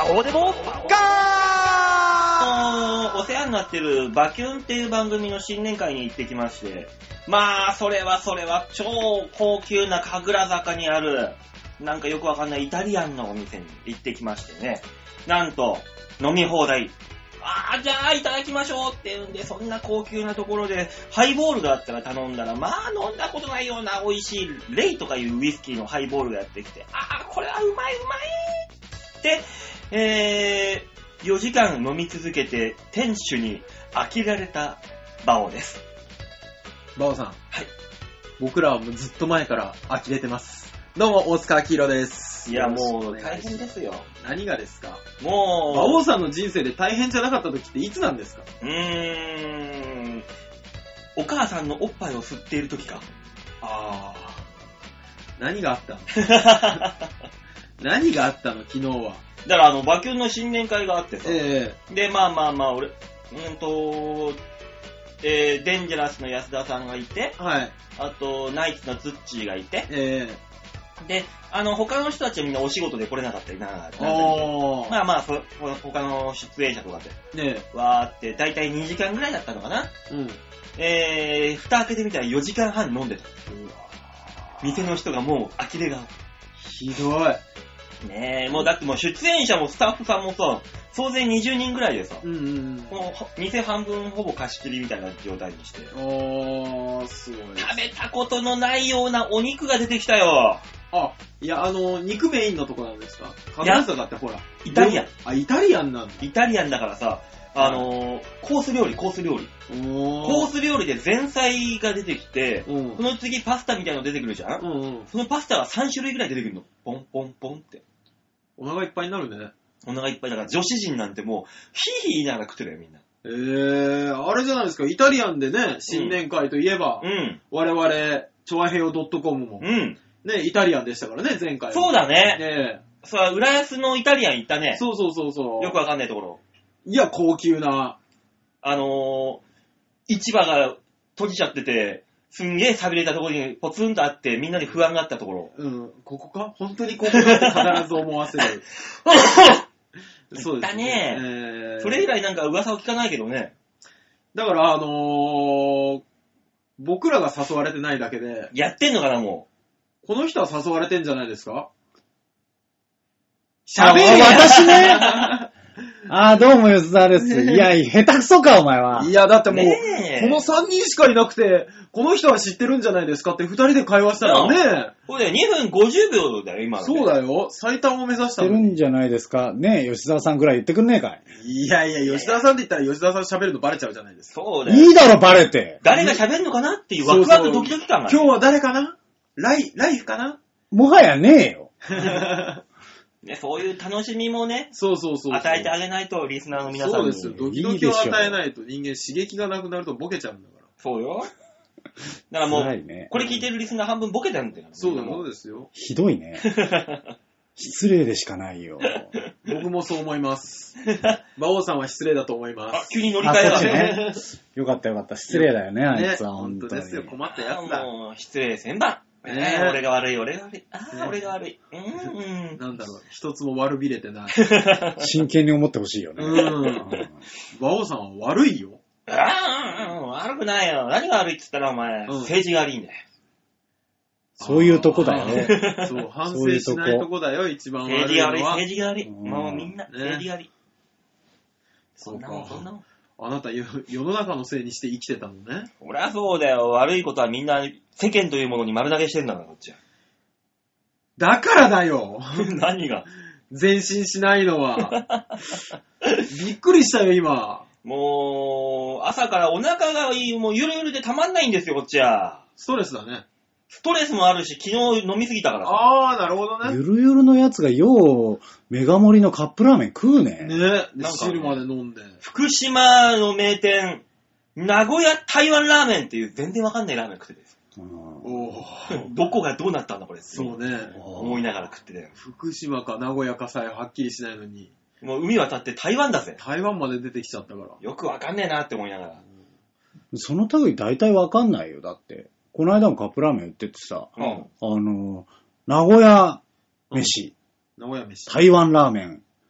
こうでもガーお世話になってるバキュンっていう番組の新年会に行ってきまして、まあそれは超高級な神楽坂にあるなんかよくわかんないイタリアンのお店に行ってきましてね、なんと飲み放題、じゃあいただきましょうって言うんで、そんな高級なところでハイボールがあったら頼んだら、まあ飲んだことないような美味しいレイとかいうウイスキーのハイボールがやってきて、これはうまいで、4時間飲み続けて店主に呆られたバオです。 バオさん。はい。 僕らはもうずっと前から呆れてます。どうも、大塚明宏です。 いや、もう大変ですよ。 何がですか？ もう、バオさんの人生で大変じゃなかった時っていつなんですか？ お母さんのおっぱいを吸っている時か。 何があったの何があったの昨日は。 だからバキュンの新年会があってさ。で、まあ、俺、デンジャラスの安田さんがいて、 はい。 あと、ナイツのツッチーがいて、で、他の人たちはみんなお仕事で来れなかったりまあ、他の出演者とかで、わーって、だいたい2時間ぐらいだったのかな。蓋開けてみたら4時間半飲んでた。店の人がもう呆れが。 ひどい。 ねえ、もうだってもう出演者もスタッフさんもさ、総勢20人ぐらいでさ、もう店半分ほぼ貸し切りみたいな状態にして。 すごい。 食べたことのないようなお肉が出てきたよ。 いや、肉メインのとこなんですか？神楽坂だってほら。 イタリアン。 イタリアンなんだ。 イタリアンだからさ、コース料理。コース料理で前菜が出てきて、その次パスタみたいなの出てくるじゃん？そのパスタが3種類ぐらい出てくるの。ポンポンポンって。 お腹いっぱいになるね。 お腹いっぱいだから女子陣なんてもう、ヒーヒー言いながら食ってるよみんな。 あれじゃないですか、イタリアンでね、新年会といえば、我々、チョアヘヨ .com も、ね、イタリアンでしたからね、前回は。 そうだね。浦安のイタリアン行ったね。 そう。 よくわかんないところ。 いや、高級な。 市場が閉じちゃってて、すんげえ寂れたところにポツンとあって、みんなで不安があったところ。 ここか？本当にここかって必ず思わせる。 そうですね。それ以来なんか噂を聞かないけどね。 だから、僕らが誘われてないだけで。 やってんのかな、もう。この人は誘われてんじゃないですか？ 喋れや私ねどうも吉沢です。いや、下手くそか、お前は。 いや、だってもう、この3人しかいなくて、この人は知ってるんじゃないですかって2人で会話したらね。 そうだよ、2分50秒だよ、今の。 そうだよ、最短を目指したの。 知ってるんじゃないですか。ねえ、吉沢さんぐらい言ってくんねえかい。 いや、吉沢さんって言ったら吉沢さん喋るのバレちゃうじゃないですか。 そうだよ。 いいだろ、バレて。 誰が喋るのかなっていうワクワクドキドキ感が。 今日は誰かな？ライフかな？ もはやねえよ。 ね、そういう楽しみもね、 そう与えてあげないと、リスナーの皆さんに。 そうですよ。ドキドキを与えないと人間刺激がなくなるとボケちゃうんだから。 そうよ。だからもう、これ聞いてるリスナー半分ボケてるんだよ。 そうですよ。 ひどいね。失礼でしかないよ。 僕もそう思います。馬王さんは失礼だと思います。 急に乗り換えだね。よかった。失礼だよね、あいつは。 本当ですよ。困ったやつだ。 もう、失礼千番。俺が悪い。俺が悪い。 なんだろう、一つも悪びれてない。 真剣に思ってほしいよね。 馬王さんは悪いよ。 悪くないよ。何が悪いって言ったらお前、政治が悪いんだよ。 そういうとこだよ。 そう、反省しないとこだよ、一番悪いのは。 政治が悪い。もうみんな、政治が悪い。そんなもん。 あなた世の中のせいにして生きてたのね。 俺はそうだよ。悪いことはみんな世間というものに丸投げしてんだから、こっちは。 だからだよ。 何が？ 前進しないのは。びっくりしたよ、今。 もう、朝からお腹がもうゆるゆるでたまんないんですよ、こっちは。 ストレスだね。 ストレスもあるし、昨日飲みすぎたからさ。なるほどね。 ゆるゆるのやつがよう、メガ盛りのカップラーメン食うね。 なんか汁まで飲んで。 福島の名店、名古屋台湾ラーメンっていう全然わかんないラーメン食ってて。どこがどうなったんだこれ。 そうね。 思いながら食ってたよ。 福島か名古屋かさえはっきりしないのに。 もう海渡って台湾だぜ。 台湾まで出てきちゃったから。 よくわかんねえなって思いながら。 その類大体わかんないよ、だって。この間もカップラーメン売っててさ、名古屋飯、 名古屋飯、 台湾ラーメン、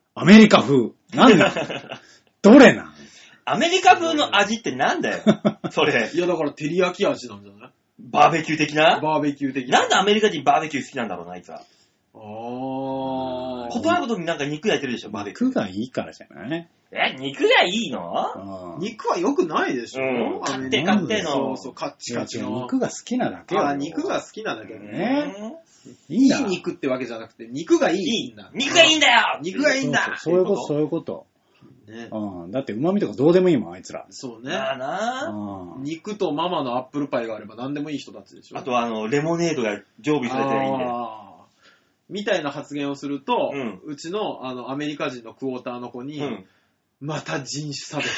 アメリカ風。なんだどれなんアメリカ風の味ってなんだよ。それ。 いや、だから照り焼き味なんじゃない？ バーベキュー的な？ バーベキュー的な。 なんでアメリカ人バーベキュー好きなんだろうな、あいつは。 断ることになんか肉焼いてるでしょ、バーベキュー。 肉がいいからじゃない肉がいいの？ 肉は良くないでしょ？ 買っての。 そうそう、カッチカチの。 肉が好きなだけよ。 肉が好きなだけね。 いい肉ってわけじゃなくて、肉がいいんだ。 肉がいいんだよ！ 肉がいいんだ！ そういうこと、そういうこと。ね、だって旨味とかどうでもいいもん、あいつら。 そうね。肉とママのアップルパイがあれば何でもいい人たちでしょ。 あとレモネードが常備されてるいいんで。 みたいな発言をすると、うちのアメリカ人のクォーターの子に、また人種差別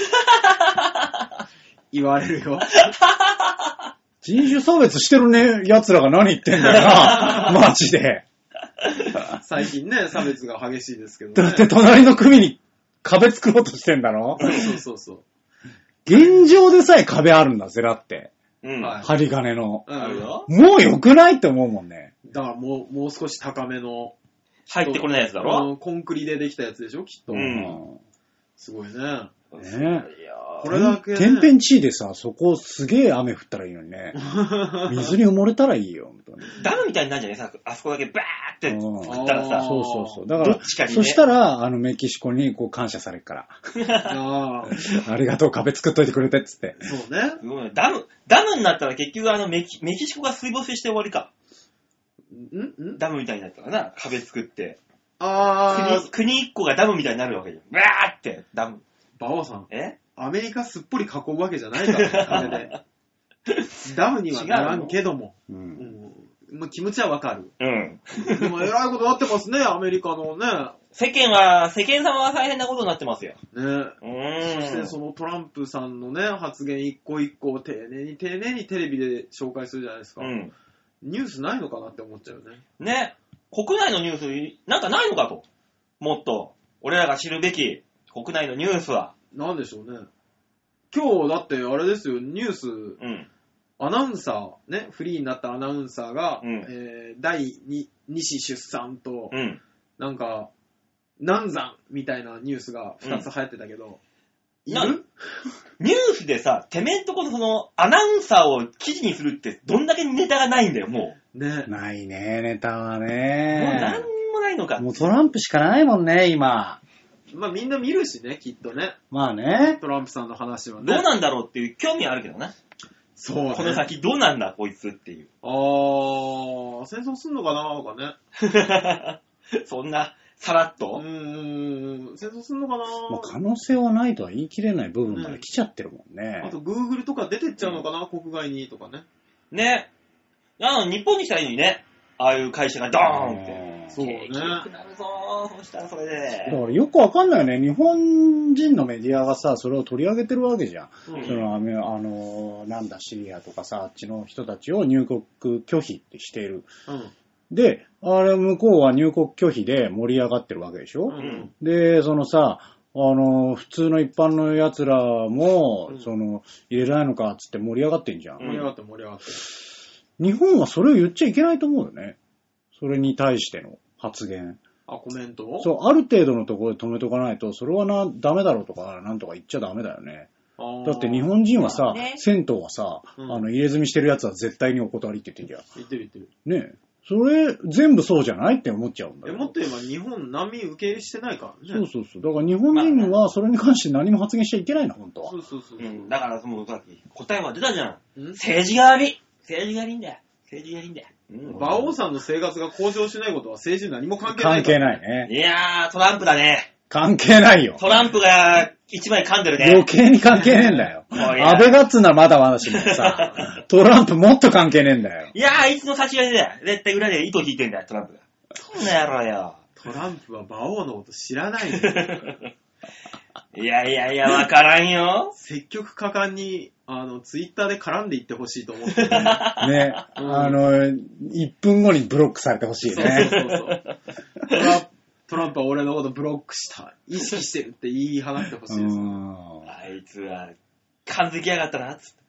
言われるよ。 人種差別してるね、奴らが何言ってんだよな。マジで。 最近ね、差別が激しいですけどね。 だって隣の組に壁作ろうとしてんだろ？ そう。 現状でさえ壁あるんだぜ、だって。針金の。もう良くないって思うもんね。 だからもう少し高めの。 入ってこれないやつだろ？ コンクリでできたやつでしょ、きっと。すごいね。 ねこれだけ、ね。 天変地異でさ、そこすげえ雨降ったらいいのにね。水に埋もれたらいいよ、本当に。 ダムみたいになるんじゃねえあそこだけバーって降ったらさ。 そう。だから、 どっちかにね、 そしたら、メキシコにこう感謝されるから。ありがとう、壁作っといてくれてっつって。 そうね。 すごいね。ダムになったら結局メキシコが水没して終わりか。ダムみたいになったらな、壁作って。国一個がダムみたいになるわけじゃん。バーってダム。 馬王さん。アメリカすっぽり囲うわけじゃないからね、壁で。ダムにはならんけども。もう気持ちはわかる。でも偉いことなってますね、アメリカのね。 世間様は大変なことになってますよ。 ね。そしてそのトランプさんのね、発言一個一個丁寧にテレビで紹介するじゃないですか。ニュースないのかなって思っちゃうよね。 ね。国内のニュース、なんかないのかと。もっと、俺らが知るべき国内のニュースは。 なんでしょうね。今日だってあれですよ、ニュース、アナウンサー、ね、フリーになったアナウンサーが、第2子出産と、なんか、難産みたいなニュースが2つ流行ってたけど、いる？ ニュースでさ、てめえんとこのその、アナウンサーを記事にするって、どんだけネタがないんだよ、もう。ね。 ないね、ネタはね。 もう何にもないのか。 もうトランプしかないもんね、今。 まあみんな見るしね、きっとね。 まあね。 トランプさんの話はね。 どうなんだろうっていう興味あるけどな。 そうね。 この先どうなんだ、こいつっていう。 戦争すんのかなとかね。そんな、さらっと戦争すんのかなまあ、可能性はないとは言い切れない部分まで来ちゃってるもんね。 あと、Google とか出てっちゃうのかな、国外にとかね。 ね。日本にしたらいいのにね。ああいう会社がドーンって。 そうね。 景気良くなるぞー。そしたらそれで。 だからよくわかんないよね。日本人のメディアがさ、それを取り上げてるわけじゃん。なんだ、シリアとかさ、あっちの人たちを入国拒否ってしている。で、あれ、向こうは入国拒否で盛り上がってるわけでしょ、で、そのさ、普通の一般の奴らも、入れないのかっつって盛り上がってんじゃん。 盛り上がってる。 日本はそれを言っちゃいけないと思うよね。それに対しての発言。 コメント？ そう、ある程度のところで止めとかないと、それはダメだろうとか、なんとか言っちゃダメだよね。だって日本人はさ、銭湯はさ、入れ墨してる奴は絶対にお断りって言ってんじゃん。 言ってる。 ねえ。それ、全部そうじゃないって思っちゃうんだよ。 もっと言えば日本難民受け入れしてないからね。 そう。だから日本人はそれに関して何も発言しちゃいけないの、本当は。 そう。 だから、もうさっき答えは出たじゃん。政治が悪い。政治が悪いんだよ。 馬王さんの生活が向上しないことは政治に何も関係ない。 関係ないね。 いやー、トランプだね。 関係ないよ。 トランプが一枚噛んでるね。 余計に関係ねえんだよ。安倍がっつうのはまだ話もさ、トランプもっと関係ねえんだよ。 いやー、あいつの差し金だよ。絶対裏で糸引いてんだよ、トランプが。そんな野郎よ。 トランプは馬王のこと知らないよ。 いや、わからんよ。 積極果敢に、ツイッターで絡んでいってほしいと思ってね。 ね、1分後にブロックされてほしいね。 そう。トランプは俺のことブロックした。意識してるって言い放ってほしいです。 あいつは、感づきやがったな、つって。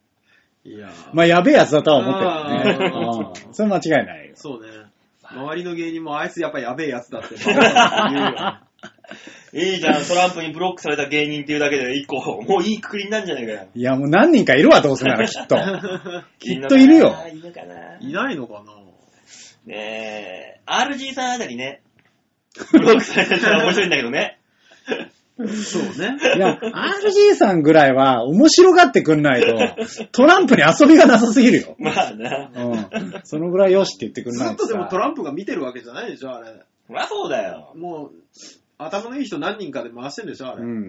いやまあ、やべえやつだとは思ってるね。それ間違いないよ。 そうね。周りの芸人もあいつやっぱやべえやつだって言うよね。 いいじゃん、トランプにブロックされた芸人っていうだけで一個、もういいくくりになるんじゃないかよ。 いや、もう何人かいるわ、どうせならきっと。きっといるよ。 いるかな。 いないのかな。 ねえ、RG さんあたりね、ブロックされたら面白いんだけどね。 そうね。 いや、RG さんぐらいは面白がってくんないと、トランプに遊びがなさすぎるよ。 まあな。 うん。そのぐらいよしって言ってくんないとさ。 ずっとでもトランプが見てるわけじゃないでしょ、あれ。 そりゃそうだよ。 もう、頭のいい人何人かで回してるでしょ、あれ。 うん。 うん。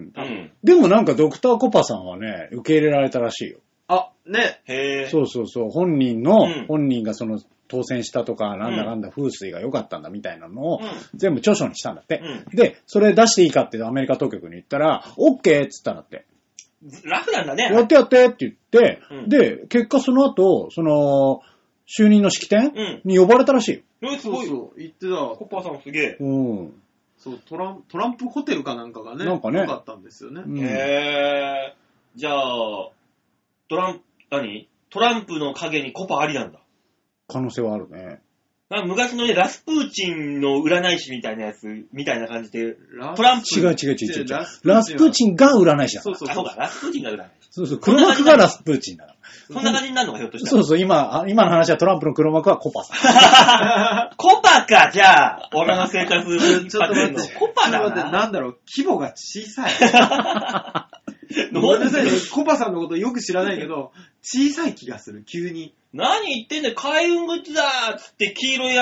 でもなんかドクターコパさんはね、受け入れられたらしいよ。 あ、ね。 へえ。 そうそうそう。本人がその当選したとか、なんだかんだ風水が良かったんだみたいなのを、全部著書にしたんだって。で、それ出していいかってアメリカ当局に言ったら、OK っつったんだって。 ラフなんだね。 やってって言って、で、結果その後、その、就任の式典に呼ばれたらしいよ。 すごい。 そう、言ってた。 コッパーさんすげえ。 そう、トランプホテルかなんかがね、 なんかね良かったんですよね。 へえ。じゃあ、トランプの影にコパありなんだ。 可能性はあるね。 昔のね、ラスプーチンの占い師みたいなやつ、みたいな感じで、 トランプ。違う。ラスプーチンが占い師だ。 そうか、 ラスプーチンが占い師。 そう、黒幕がラスプーチンだから。 そんな感じになるのか、ひょっとしたら。 そう、今の話はトランプの黒幕はコパさん。 コパか、じゃあ、俺の生活ちょっと待って、 コパだな。 ちょっと待って、なんだろう、規模が小さい。ごめんなさいね、コパさんのことよく知らないけど、小さい気がする、急に。 何言ってんだよ、開運グッズだーっつって黄色い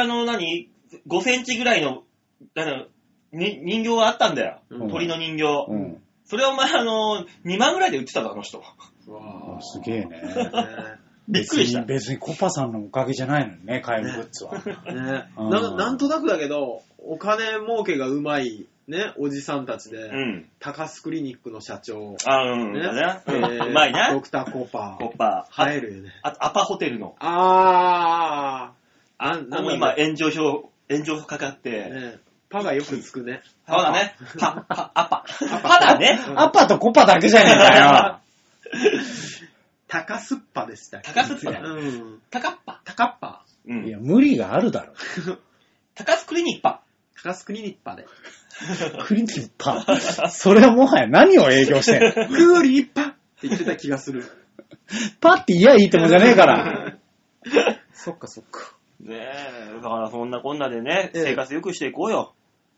5センチぐらいの、人形があったんだよ。鳥の人形。それを2万ぐらいで売ってたの、あの人。 わぁ、すげえね。 びっくりした。 別にコパさんのおかげじゃないのにね、開運グッズは。 ね、なんとなくだけど、お金儲けがうまい、ね、おじさんたちで、高須クリニックの社長、 うまいな。 ドクターコパー。 映えるよね。 あと、アパホテルの。 今、 炎上かかって。 ね、パがよくつくね。 そうだね。アパだね。 アパとコパだけじゃねえかよ。 高すっぱでした。 高すっぱ。高っぱ。 いや、無理があるだろ。 高須クリニッパ。 高須クリニッパで。 クリニッパ。それはもはや何を営業してんの？ クリニッパって言ってた気がする。 パって言やいいってもんじゃねえから。 そっか。 ねえ、だからそんなこんなでね、生活良くしていこうよ。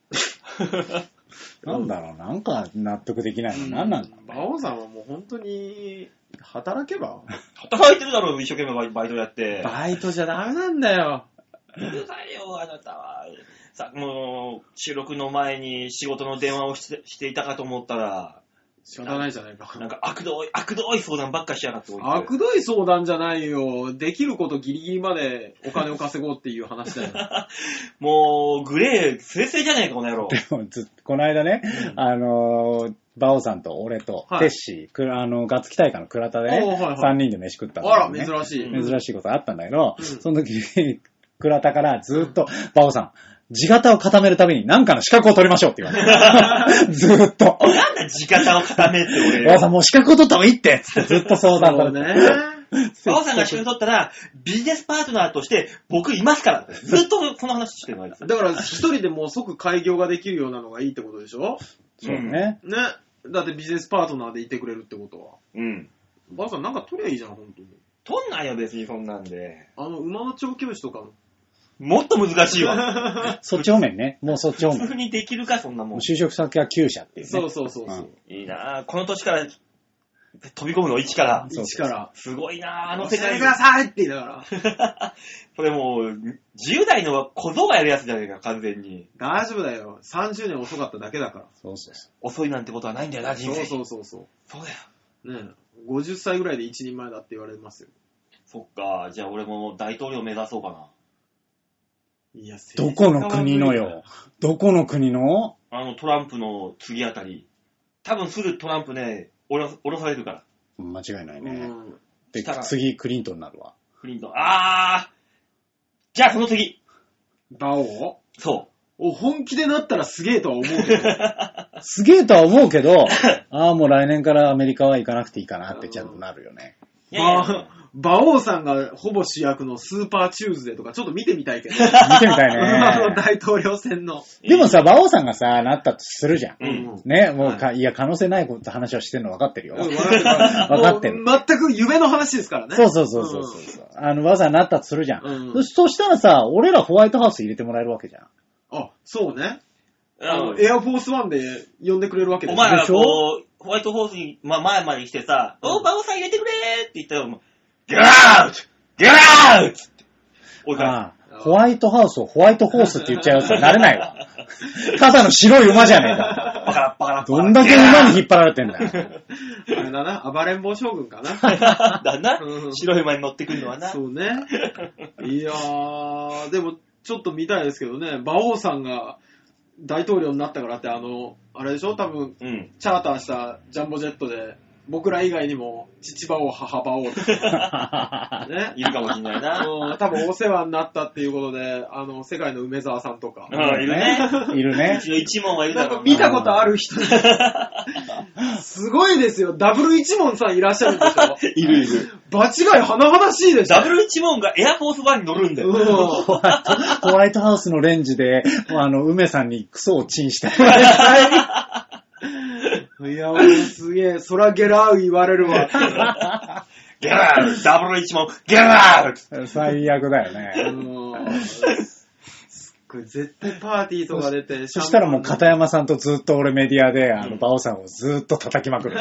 なんだろう、なんか納得できないの。なんなんだろう。 馬王さんはもう本当に、働けば。 働いてるだろう、一生懸命バイトやって。 バイトじゃダメなんだよ。 うるさいよ、あなたは。もう、収録の前に仕事の電話をしていたかと思ったら、 仕方ないじゃないか。 なんか悪どい相談ばっかしやがっておいて。 悪どい相談じゃないよ。できることギリギリまでお金を稼ごうっていう話だよ。 もう、グレー、すれすれじゃねえか、この野郎。 でもこの間ね、バオさんと俺とテッシー、ガッツキ大会の倉田でね、3人で飯食ったんだよね。 あら、珍しい。 珍しいことあったんだけど、その時に、倉田からずっと、バオさん、地形を固めるために何かの資格を取りましょうって言われて。ずーっと。 なんだ地形を固めって俺。 バオさんもう資格を取った方がいいってずっと相談されて。 バオさんが資格取ったら、ビジネスパートナーとして僕いますから。ずっとその話してるわけですよ。 だから一人でもう即開業ができるようなのがいいってことでしょ？ そうね。 ね。だってビジネスパートナーでいてくれるってことは。バオさんなんか取りゃいいじゃん、ほんとに。 取んないよ、別にそんなんで。 馬の調教師とか。 もっと難しいわ。 そっち方面ね。もうそっち方面。 普通にできるか、そんなもん。 就職先は9社っていうね。 そう。 いいなぁ。この年から飛び込むの、一から。 すごいなぁ、あの世界。 教えてくださいって言いながら。それもう、10代の小僧がやるやつじゃねえか、完全に。 大丈夫だよ。30年遅かっただけだから。 そう。 遅いなんてことはないんだよな、人生。 そう。 そうだよ。 ねえ、50歳ぐらいで一人前だって言われますよ。 そっか、じゃあ俺も大統領目指そうかな。 いや、 どこの国のよ。どこの国の？ トランプの次あたり。多分すぐトランプね、降ろされるから。 間違いないね。で、次クリントンになるわ。 クリントン。じゃあその次。 バオ？ そう。 本気でなったらすげえとは思うけど。 すげえとは思うけど、もう来年からアメリカは行かなくていいかなってちゃんとなるよね。 馬王さんがほぼ主役のスーパーチューズデーとかちょっと見てみたいけど。 見てみたいね。 大統領選の。 でもさ、馬王さんがさ、なったとするじゃん。 うん、 ね、もういや、可能性ないこと話をしてるの分かってるよ。分かってる。全く夢の話ですからね。 そう。馬さんなったとするじゃん。そしたらさ、俺らホワイトハウス入れてもらえるわけじゃん。 あ、そうね。エアフォースワンで呼んでくれるわけですよ。お前らこう、ホワイトホースに、前まで来てさ、馬王さん入れてくれーって言ったら、Get out! Get out! ってホワイトハウスをホワイトホースって言っちゃうやつはなれないわ。ただの白い馬じゃねえか。 バカラバカラ。 どんだけ馬に引っ張られてんだよ。 あれだな、暴れん坊将軍かな。 だな、白い馬に乗ってくるのはな。 そうね。いやー、でもちょっと見たいですけどね、馬王さんが大統領になったからって、あれでしょ多分、チャーターしたジャンボジェットで、僕ら以外にも、父馬王、母馬王ね。 いるかもしれないな。 多分お世話になったっていうことで、世界の梅沢さんとか。 いるね。 いるね。 一問はいるだろうな。 見たことある人すごいですよ。ダブル一門さんいらっしゃるんでしょいる。 場違い甚だしいでしょ。 ダブル一門がエアフォースワンに乗るんだよ。 ホワイトハウスのレンジで、梅さんにクソをチンして。 いや、すげえ、そらゲラー言われるわ。 ゲラーダブル一問、ゲラー最悪だよね。 これ絶対パーティーとか出て、 そしたらもう片山さんとずっと俺メディアで、馬王さんをずっと叩きまくる。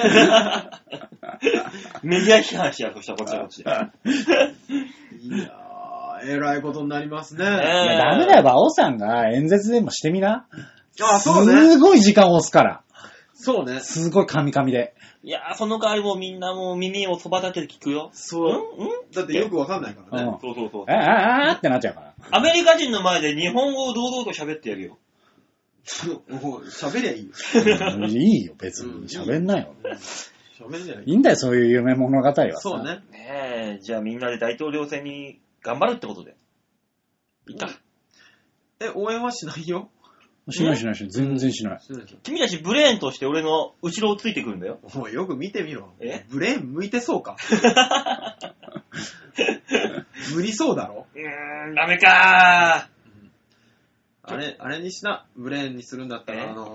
メディア批判しやるとしたらこっちはこっちで。 いやー、えらいことになりますね。いや、 ダメだよ、馬王さんが演説でもしてみな。 そうね。 すごい時間を押すから。 そうね。 すごいカミカミで。 いやー、その代わりもみんなもう耳をそば立てて聞くよ。 そう。だってよくわかんないからね。 そう。 ってなっちゃうから。 アメリカ人の前で日本語を堂々と喋ってやるよ。 喋りゃいいよ。 いいよ、別に。喋んなよ。 喋んじゃない。 いいんだよ、そういう夢物語はさ。 そうね。 ねえ、じゃあみんなで大統領選に頑張るってことで。いいか。 応援はしないよ。 しない。全然しない。 君たちブレーンとして俺の後ろをついてくるんだよ。 もうよく見てみろ。ブレーン向いてそうか。無理そうだろ。 ダメかー。あれにしな。ブレーンにするんだったら、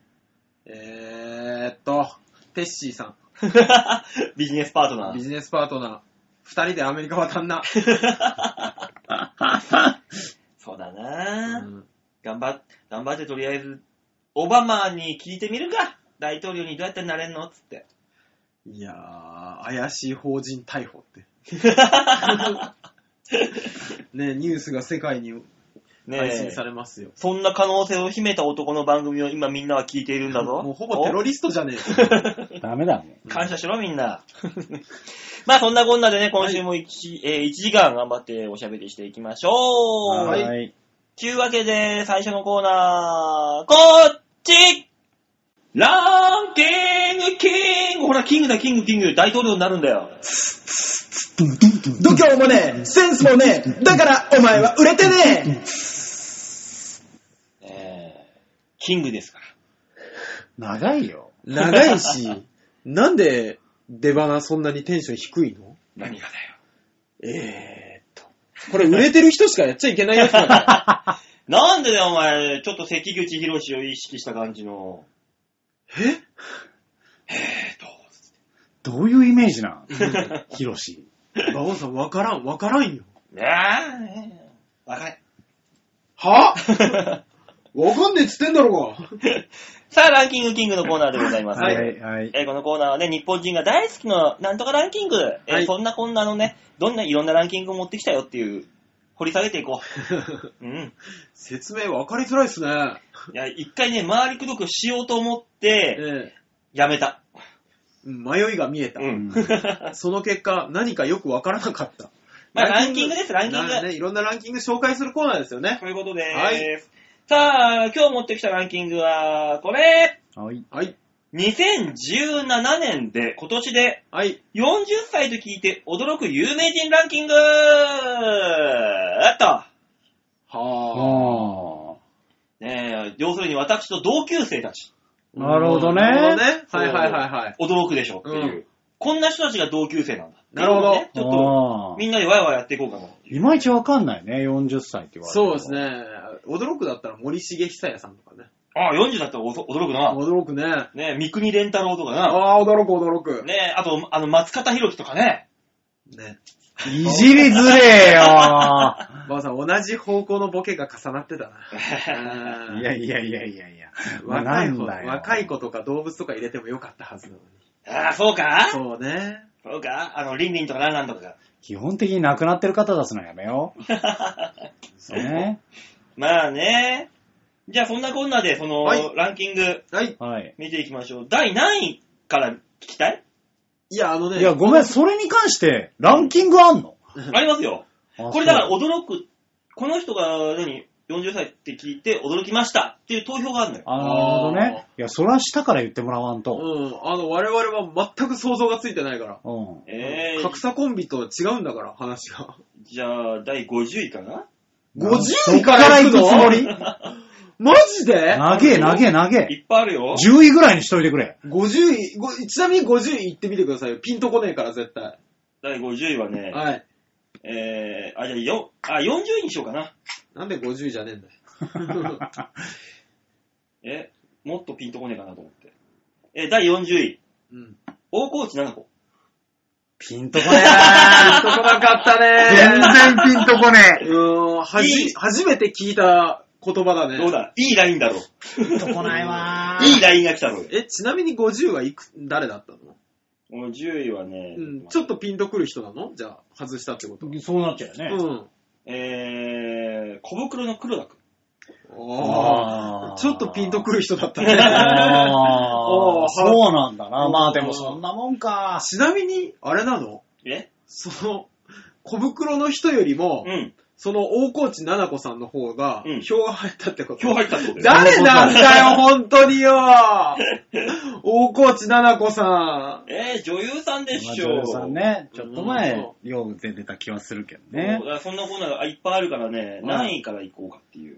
テッシーさん。 ビジネスパートナー。 二人でアメリカ渡んな。 そうだな、頑張ってとりあえず、オバマに聞いてみるか。大統領にどうやってなれんのつって。 いやー、怪しい法人逮捕って。ね、ニュースが世界に配信されますよ。 そんな可能性を秘めた男の番組を今みんなは聞いているんだぞ。 もうほぼテロリストじゃねえダメだもん。 感謝しろみんな。まあそんなこんなでね、今週も1時間頑張っておしゃべりしていきましょう。 はい。 というわけで、最初のコーナー、こっちランキングほら、キングだ、キング、大統領になるんだよ。 度胸もねえ、センスもねえ、だからお前は売れてねえ。キングですから。 長いよ。 長いし、なんで出花そんなにテンション低いの？ 何がだよ。 これ売れてる人しかやっちゃいけないやつだから。 なんでだよお前、ちょっと関口博士を意識した感じの。 どういうイメージなん博士。 馬王さんわからんよ。 わかれ。 はぁわかんねえっつってんだろうが。 さあ、ランキングキングのコーナーでございます。 はい。 このコーナーはね、日本人が大好きななんとかランキング。そんなこんなのね、いろんなランキングを持ってきたよっていう、掘り下げていこう。 説明分かりづらいっすね。 いや、一回ね、回りくどくしようと思って、やめた。 迷いが見えた。その結果、何かよく分からなかった。 まあ、ランキングです、ランキング。 いろんなランキング紹介するコーナーですよね。 ということで、 はいさあ、今日持ってきたランキングは、これ。 はい。 2017年で、今年で、 40 歳と聞いて驚く有名人ランキング要するに私と同級生たち。 なるほどね。 はい。 驚くでしょっていう。こんな人たちが同級生なんだ。 なるほど。 ちょっと、みんなでワイワイやっていこうかな。 いまいちわかんないね、40歳って言われて。 そうですね。驚くだったら森重久彌さんとかね。 ああ、40だったら驚くな。 驚くね。 ね、三国連太郎とかな。 ああ、驚く。 ね、あと、松方弘樹とかね。 ね。 いじりづれえよばあさん、同じ方向のボケが重なってたな。 いや。 若い子とか動物とか入れてもよかったはずなのに。 ああ、そうかそうね。 そうかリンリンとかランランとかが。 基本的に亡くなってる方出すのやめよう。ね。 まあね。じゃあそんなこんなで、 はい、 ランキング、 はい。 見ていきましょう。第何位から聞きたい？ いや、 いや、ごめん、それに関して、ランキングあんの？ ありますよ。これだから驚く、この人が40歳って聞いて驚きましたっていう投票があるのよ。 なるほどね。いや、それは下から言ってもらわんと。 我々は全く想像がついてないから。格差コンビと違うんだから、話が。 じゃあ、第50位かな？ 50位から行くの？ つもりマジで？ 長え。 いっぱいあるよ。 10位ぐらいにしといてくれ。 50位、ちなみに50位行ってみてくださいよ。ピンとこねえから、絶対。 第50位はね、 はい。 じゃあ40位にしようかな。 なんで50位じゃねえんだよ。 もっとピンとこねえかなと思って。第40位。大河内奈々子。 ピンとこねえなピンとこなかったね全然ピンとこねえ。初めて聞いた言葉だね。 どうだ？いいラインだろ。 ピンとこないわいいラインが来たろ。 ちなみに50は誰だったの ？10位はね、 ちょっとピンとくる人なの？じゃあ、外したってこと。 そうなっちゃうよね。 小袋の黒田くん。 ちょっとピンとくる人だったね。 そうなんだな。まあでもそんなもんか。 ちなみに、あれなの？小袋の人よりも、その大河内奈々子さんの方が、票が入ったってこと？ 票入ったってこと？ 誰なんだよ、本当によ大河内奈々子さん。 女優さんでしょ。 女優さんね。ちょっと前、よう出てた気はするけどね。 そんなコーナーがいっぱいあるからね、何位から行こうかっていう。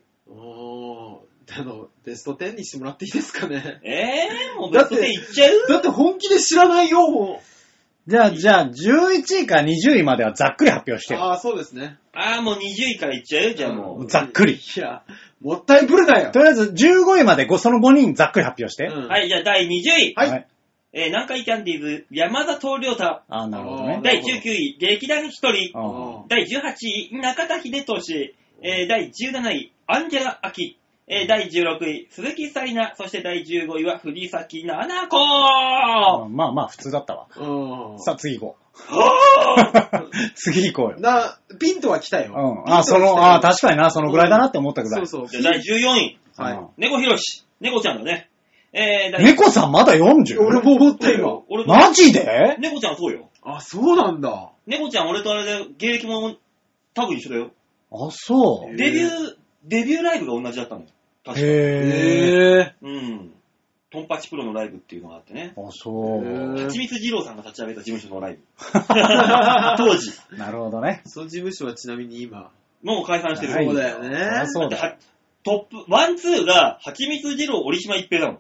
ベスト10にしてもらっていいですかね。 もうベスト10いっちゃう？ だって本気で知らないよ、もう。 じゃあ、11位から20位まではざっくり発表してよ。 そうですね。 もう20位からいっちゃうよ、じゃあもう。 ざっくり。 いや、もったいぶるなよ。 とりあえず15位までその5人ざっくり発表して。 はい、じゃあ第20位。 はい。 南海キャンディーズ、山里亮太。 なるほどね。 第19位、劇団ひとり。第18位、中田秀俊。第17位、アンジェラ・アキ。第16位、鈴木紗理奈。そして第15位は、藤崎奈々子。 まあ、普通だったわ。さあ、次行こう。次行こうよ。 ピンとは来たよ。 確かにな、そのぐらいだなって思ったぐらい。 じゃあ第14位。猫ひろし。猫ちゃんだね。 猫さんまだ 40？ 俺も思った今。 マジで？ 猫ちゃんそうよ。 そうなんだ。 猫ちゃん俺とあれで芸歴も多分一緒だよ。 そう。 デビューライブが同じだったのよ。確かに。トンパチプロのライブっていうのがあってね。 そう。 はちみつ二郎さんが立ち上げた事務所のライブ。当時。 なるほどね。 その事務所はちなみに今。 もう解散してる。 そうだよね。 そうだ。 トップ、ワン、ツーが、はちみつ二郎、折島一平だもん。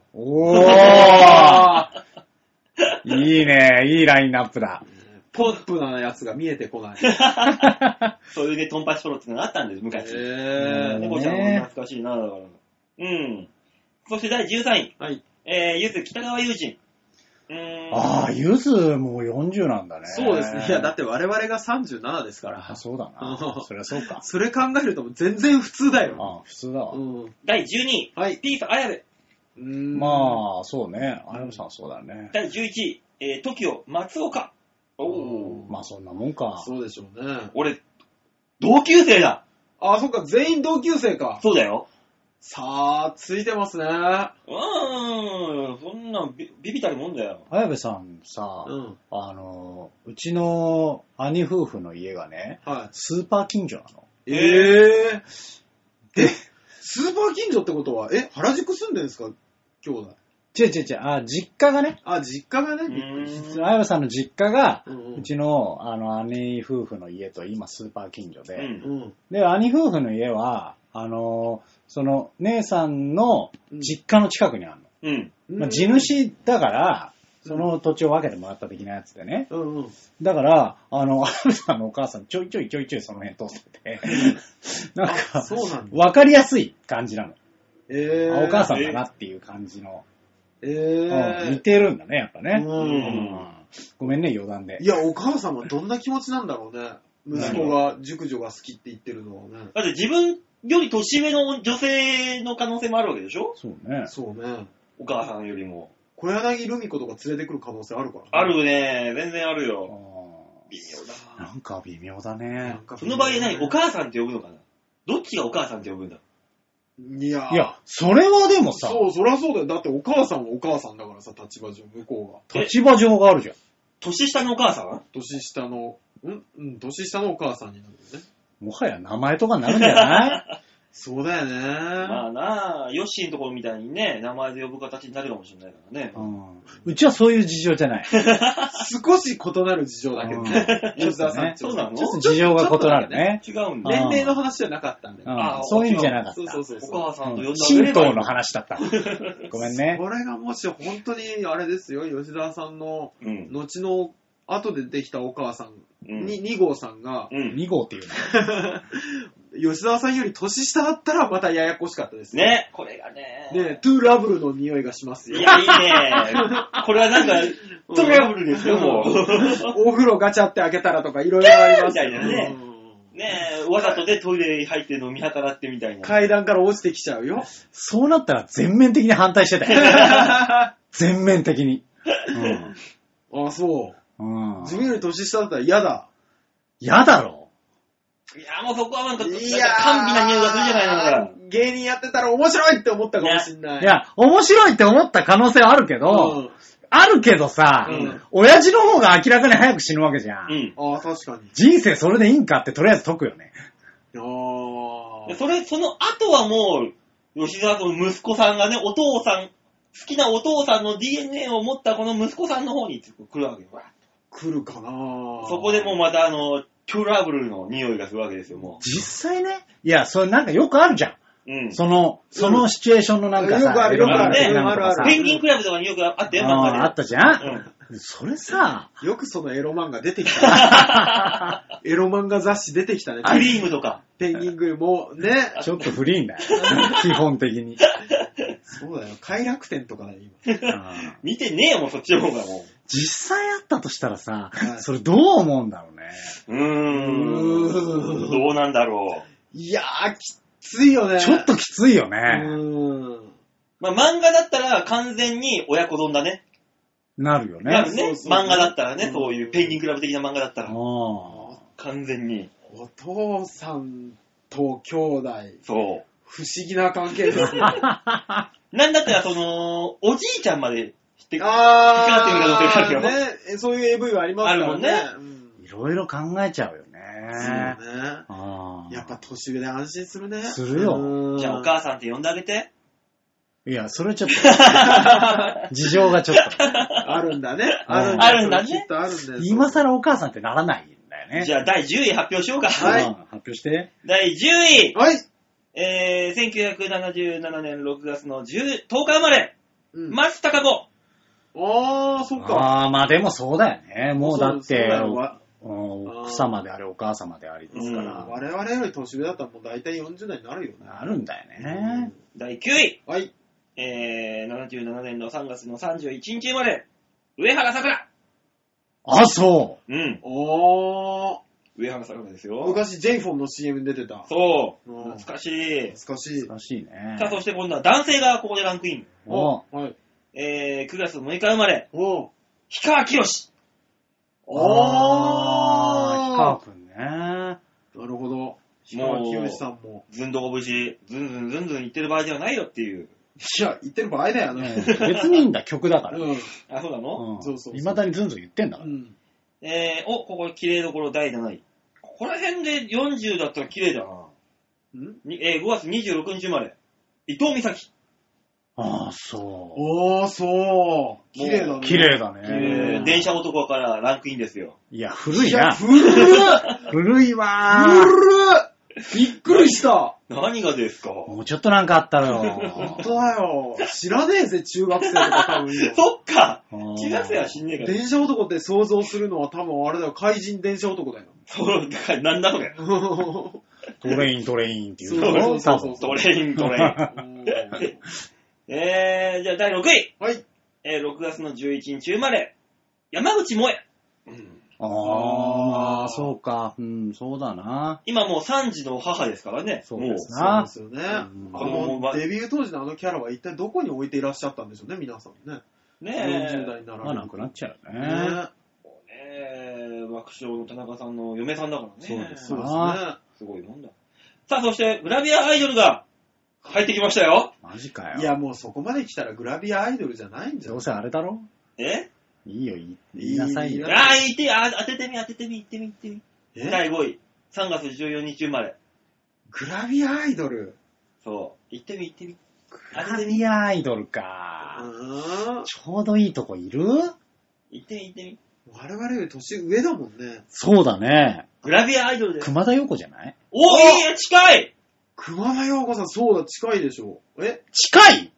いいね、いいラインナップだ。 ポップなやつが見えてこない。 そういうね、トンパチプロってのがあったんです、昔。猫ちゃんも懐かしいな、だから。そして第13位。 はい。 ゆず北川悠仁。 ゆずもう40なんだね。 そうですね。いや、だって我々が37ですから。 そうだな。そりゃそうか。 それ考えると全然普通だよ。 普通だわ。 第12位。はい。ピース綾部。 まあ、そうね。綾部さんそうだね。 第11位。TOKIO 松岡。 まあ、そんなもんか。 そうでしょうね。 俺、同級生だ。 そっか、全員同級生か。 そうだよ。 さあ、ついてますね。 そんなビビたるもんだよ。 綾部さんさ、うちの兄夫婦の家がね、スーパー近所なの。 スーパー近所ってことは、原宿住んでるんですか兄弟。 違う、実家がね。 実家がね。 綾部さんの実家が、うちの、兄夫婦の家と今スーパー近所で、で、兄夫婦の家は、その、姉さんの実家の近くにあるの。地主だから、 その土地を分けてもらった的なやつでね。 うんうん。 だから、アルさんのお母さんちょいちょいその辺通ってて、なんか、 そうなんだ。 分かりやすい感じなの。 お母さんだなっていう感じの。似似てるんだね、やっぱね。 うんごめんね、余談で。 いや、お母さんはどんな気持ちなんだろうね。息子が熟女が好きって言ってるのはね。 だって自分より年上の女性の可能性もあるわけでしょ？ そうね。 そうね。 お母さんよりも。 小柳ルミ子とか連れてくる可能性あるからね。 あるね。全然あるよ。微妙だな。 なんか微妙だね。 その場合何？お母さんって呼ぶのかな？どっちがお母さんって呼ぶんだ？ いや、 それはでもさ。 そう、そりゃそうだよ。だってお母さんはお母さんだからさ、立場上、向こうが。 立場上があるじゃん。 年下のお母さん？ 年下のお母さんになるよね。 もはや名前とかになるんじゃないそうだよね。 まあなあ、ヨッシーのところみたいにね、名前で呼ぶ形になるかもしれないからね。 うちはそういう事情じゃない。 少し異なる事情だけどね。吉沢さん。 そうなの？ ちょっと事情が異なるね。 違うんだ。 年齢の話じゃなかったんだよ。 そういう意味じゃなかった。 そう。 お母さんと呼んだ上で。 神道の話だった。ごめんね。 これがもし本当にあれですよ、吉沢さんの後の後でできたお母さんに2号さんが、 2号っていうの吉沢さんより年下だったらまたややこしかったですね。これがね。 ね、トゥーラブルの匂いがしますよ。 いや、いいね。これはなんか、トゥーラブルですよ、もう。 お風呂ガチャって開けたらとかいろいろありますよみたいなね。ねえ、わざとでトイレ入ってるのを見計らってみたいな。 階段から落ちてきちゃうよ。 そうなったら全面的に反対してたよ。全面的に。 あ、そう。自分より年下だったら嫌だ。 嫌だろ。 いや、もうそこはなんか、甘美な匂いがするじゃないのか。 芸人やってたら面白いって思ったかもしんない。 いや、面白いって思った可能性はあるけど、あるけどさ、親父の方が明らかに早く死ぬわけじゃん。 ああ、確かに。 人生それでいいんかってとりあえず解くよね。 ああ。その後はもう、吉沢君の息子さんがね、好きなお父さんの DNA を持ったこの息子さんの方に来るわけよ。 来るかな。 そこでもうまたトラブルの匂いがするわけですよ、もう。 実際ね。いや、それなんかよくあるじゃん。そのシチュエーションのなんかさ、 よくある。 ペンギンクラブとかによくあったよ、なんかね。 あったじゃん。それさ、 よくそのエロ漫画出てきた。エロ漫画雑誌出てきたね。 クリームとか。 ペンギングもね。 ちょっとフリーんだよ。基本的に。 そうだよ。快楽天とかだよ、今。 見てねえよ、もうそっちの方がもう。 実際あったとしたらさ、それどう思うんだろうね。 どうなんだろう。いやー、きついよね。 ちょっときついよね。 まあ漫画だったら完全に親子丼だね。 なるよね。 なるね。漫画だったらね、そういうペンギンクラブ的な漫画だったら。完全に。 お父さんと兄弟。 そう。 不思議な関係ですね。 なんだったらおじいちゃんまで知ってる。 ね、そういう AV はありますからね。 いろいろ考えちゃうよね。 そうね。やっぱ年上で安心するね。 するよ。 じゃあお母さんって呼んであげて。 いや、それちょっと。事情がちょっと。 あるんだね。 あるんだね。 きっとあるんだよ。 今更お母さんってならないんだよね。 じゃあ第10位発表しようか。 はい。発表して。 第10位。 はい。 1977年6月の10日生まれ。松たか子。 ああ、そっか。 まあでもそうだよね。もうだって、奥様であれお母様でありですから。 我々より年上だったらもう大体40代になるよね。 なるんだよね。 第9位。 はい。 77年の3月の31日生まれ。上原さくら。 あ、そう。 上原さくらですよ。 昔 J フォンの CM に出てた。 そう。懐かしい。 懐かしいね。 さあ、そして今度は男性がここでランクイン。 はい。 9月6日生まれ。氷川きよし。 氷川くんね。 なるほど。氷川きよしさんも。 ずんどこ節、ずんずん言ってる場合ではないよっていう。 いや、言ってる場合だよね。 別にいいんだ、曲だから。 あ、そうなの？ そう。未だにずんずん言ってんだから。 ここ綺麗どころ第7位。ここら辺で40だったら綺麗だな。5月26日生まれ。伊藤美咲。 ああ、そう。 そう。綺麗だね。 綺麗だね。 電車男からランクインですよ。 いや、古いな。 古いわー。 びっくりした。 何がですか？ もうちょっとなんかあったのよ。 本当だよ。知らねえぜ、中学生とか多分よ。 そっか。中学生は知んねえから。 電車男って想像するのは多分あれだよ、怪人電車男だよ。 そう、だからなんだそれ。 トレインっていう。 そうトレイン。じゃあ第6位。 はい。 6月の11日生まれ、山口萌え。 ああ、そうか。そうだな。 今もう3児の母ですからね。 そうですな。 そうですよね。デビュー当時のあのキャラは一体どこに置いていらっしゃったんでしょうね、皆さんね。 ね 40代にならまあなくなっちゃうね。 爆笑の田中さんの嫁さんだからね。 そうですね。 すごいもんだ。さあ、そしてグラビアアイドルが入ってきましたよ。 マジかよ。 いや、もうそこまで来たらグラビアアイドルじゃないんじゃん。 どうせあれだろ？いいよ、言いなさいよ。 当ててみ、言ってみ。第5位。3月14日生まれ。 グラビアアイドル。 そう。言ってみ。 グラビアアイドルか。ちょうどいいとこいる？ 言ってみ。 我々より年上だもんね。 そうだね。 グラビアアイドルです。 熊田曜子じゃない？ いいえ、近い！ 熊田曜子さん、そうだ、近いでしょ。 近い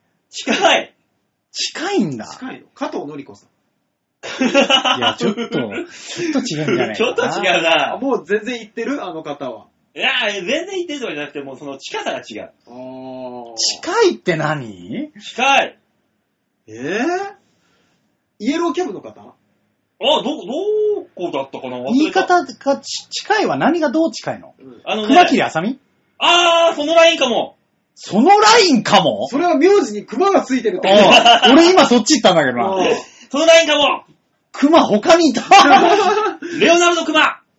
んだ。近いの？加藤のり子さん。 いや、ちょっと違うんじゃないかな。 ちょっと違うな。 もう全然言ってる？あの方は。 いや、全然言ってるとかじゃなくて、もうその近さが違う。 近いって何？ 近い。 イエローキャブの方？ どこだったかな？ 言い方が近いは何がどう近いの？ 熊切あさみ？ そのラインかも。 そのラインかも？ それは名字に熊がついてるって。 俺今そっち行ったんだけどな。 そのラインかも。 熊他にいた。 レオナルド熊。 あ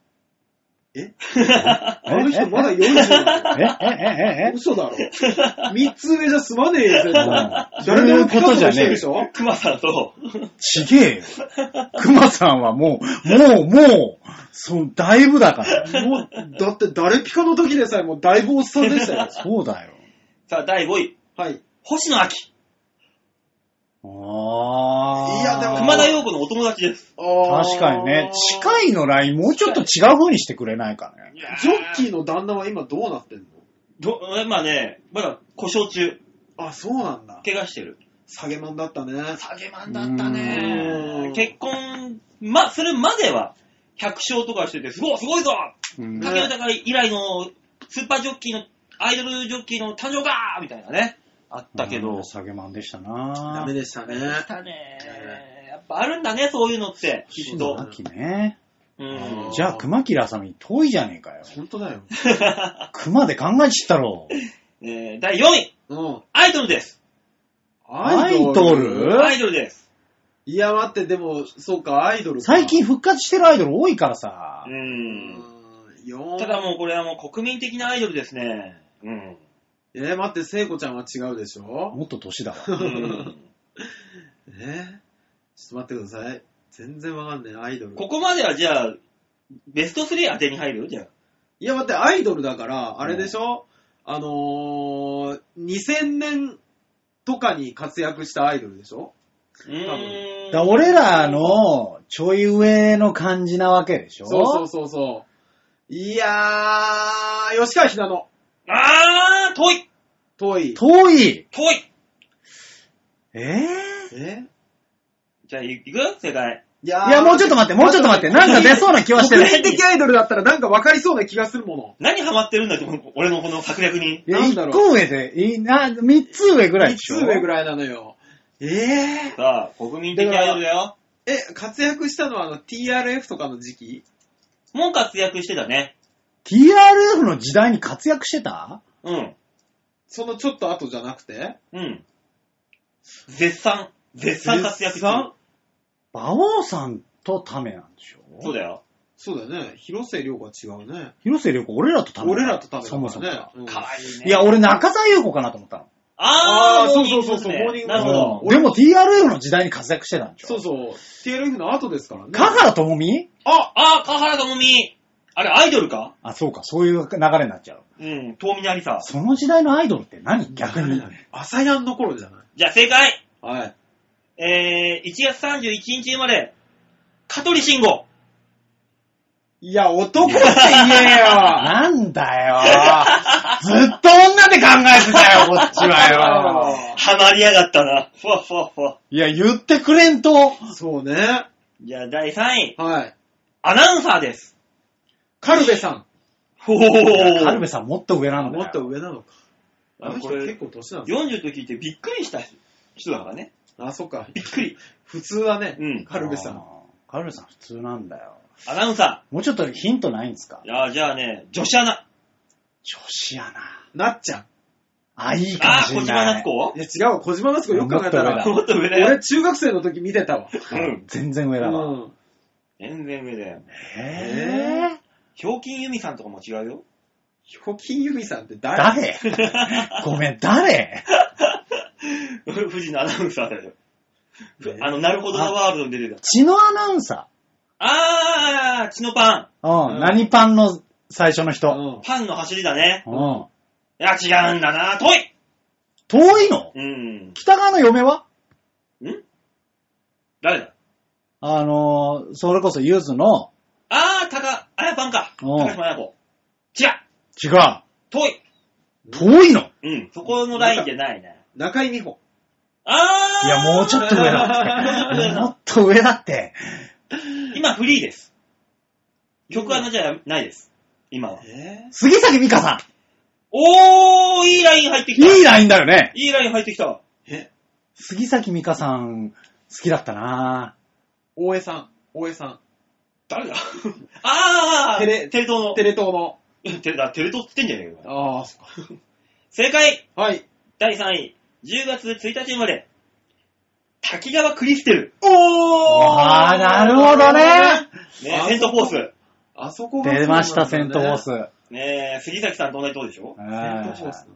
の人まだ40だ。嘘だろ。3つ上じゃ済まねえよ、誰でもことじゃねえでしょ。 熊さんと。 ちげえよ。熊さんはもう、だいぶだから。 だって誰ピカの時でさえもうだいぶおっさんでしたよ。 そうだよ。 さあ、第5位。 はい。 星野亜紀。 いや、 でも熊田曜子のお友達です。 確かにね。近いのラインもうちょっと違う風にしてくれないかね。 ジョッキーの旦那は今どうなってんの？ まだ故障中。 そうなんだ。 怪我してる。 下げマンだったね。 結婚、するまでは、100勝とかしてて、すごいぞ竹豊以来のスーパージョッキーの、アイドルジョッキーの誕生かみたいなね。あったけど。 下げマンでしたな。 ダメでしたね。 やっぱあるんだね、そういうのって。きっと。 じゃあ、熊切あさみ遠いじゃねえかよ。 ほんとだよ。 熊で考えちったろ。 第4位。アイドルです。 アイドルです。 いや、待って、でも、そうか、アイドルか。 最近復活してるアイドル多いからさ。 ただもうこれはもう国民的なアイドルですね。 待って、聖子ちゃんは違うでしょ？ もっと年だわ。 ちょっと待ってください。全然わかんない、アイドル。 ここまではじゃあ、ベスト3当てに入る？じゃあ。 いや、待って、アイドルだから、あれでしょ？2000年とかに活躍したアイドルでしょ？ 俺らのちょい上の感じなわけでしょ？ そう。いやー、吉川ひなの。 遠い。じゃあ、行く？正解。 いや、もうちょっと待って。なんか出そうな気はしてる。 国民的アイドルだったらなんか分かりそうな気がするもの。 何ハマってるんだって、俺のこの策略に。 1個上で、3つ上ぐらいでしょ？ 3つ上ぐらいなのよ。 さあ、国民的アイドルだよ。 活躍したのはTRF とかの時期？ もう活躍してたね。 TRF の時代に活躍してた？ そのちょっと後じゃなくて？ 絶賛活躍してる。 馬王さんとタメなんでしょ？ そうだよ。 そうだよね。広末涼子は違うね。 広末涼子、俺らとタメ。 そもそもね。 かわいいね。 いや、俺中澤優子かなと思ったの。 そう。モーニング。 なるほど。でも TRF の時代に活躍してたんでしょ？ そう。TRF の後ですからね。 香原朋美？ 香原朋美。あれ、アイドルか？ そうか、そういう流れになっちゃう。 遠見なりさ。 その時代のアイドルって何？逆に。 朝やんの頃じゃない？ じゃあ正解。 はい。 1月31日生まれ、香取慎吾。 いや、男って言えよ。 なんだよ。ずっと女で考えてたよ、こっちはよ。 ハマりやがったな。ふわふわふわ。 いや、言ってくれんと。 そうね。 じゃあ第3位。 はい。 アナウンサーです。 カルベさん。 ほほほほ。 カルベさんもっと上なんだよ。 もっと上なのか。あの人結構年なんですよ。 40と聞いてびっくりした人だからね。 あ、そっか。 びっくり。 普通はね、 うん、 カルベさん。 カルベさん普通なんだよ。 アナウンサー。もうちょっとヒントないんですか？ じゃあね、女子アナ。 女子アナ。 なっちゃん。 あ、いいかもしれない。 小島夏子？ いや違うわ、小島夏子よく考えたら。 もっと上だよ。 俺中学生の時見てたわ。 うん。全然上だわ。 うん。全然上だよ。ひょうきんゆみさんとかも違うよ。 ひょうきんゆみさんって誰？ ごめん、誰？ 富士のアナウンサーだよ。なるほどなワールドに出てた。 血のアナウンサー。血のパン。うん。何パンの最初の人。 パンの走りだね。 うん。 いや、違うんだな。遠い。 遠いの？ うん。 北川の嫁は？ 誰だ？ それこそゆずの。 あやパンか。高島彩子。違う。遠い。 遠いの？ うん。そこのラインじゃないね。 中井美穂。 いや、もうちょっと上だって。もっと上だって。 今フリーです。曲じゃないです。今は。 杉咲美香さん。 おー、いいライン入ってきた。 いいラインだよね。 いいライン入ってきた。 杉咲美香さん、好きだったなぁ。 大江さん。 誰だ？ テレ東の。 テレ東って言ってんじゃねえか。 ああ、そっか。 正解。 はい。 第3位。10月1日生まれ。滝川クリステル。 なるほどね。 セントフォース。 あそこが出ました、セントフォース。 杉崎さんと同じとこでしょ？ セントフォース。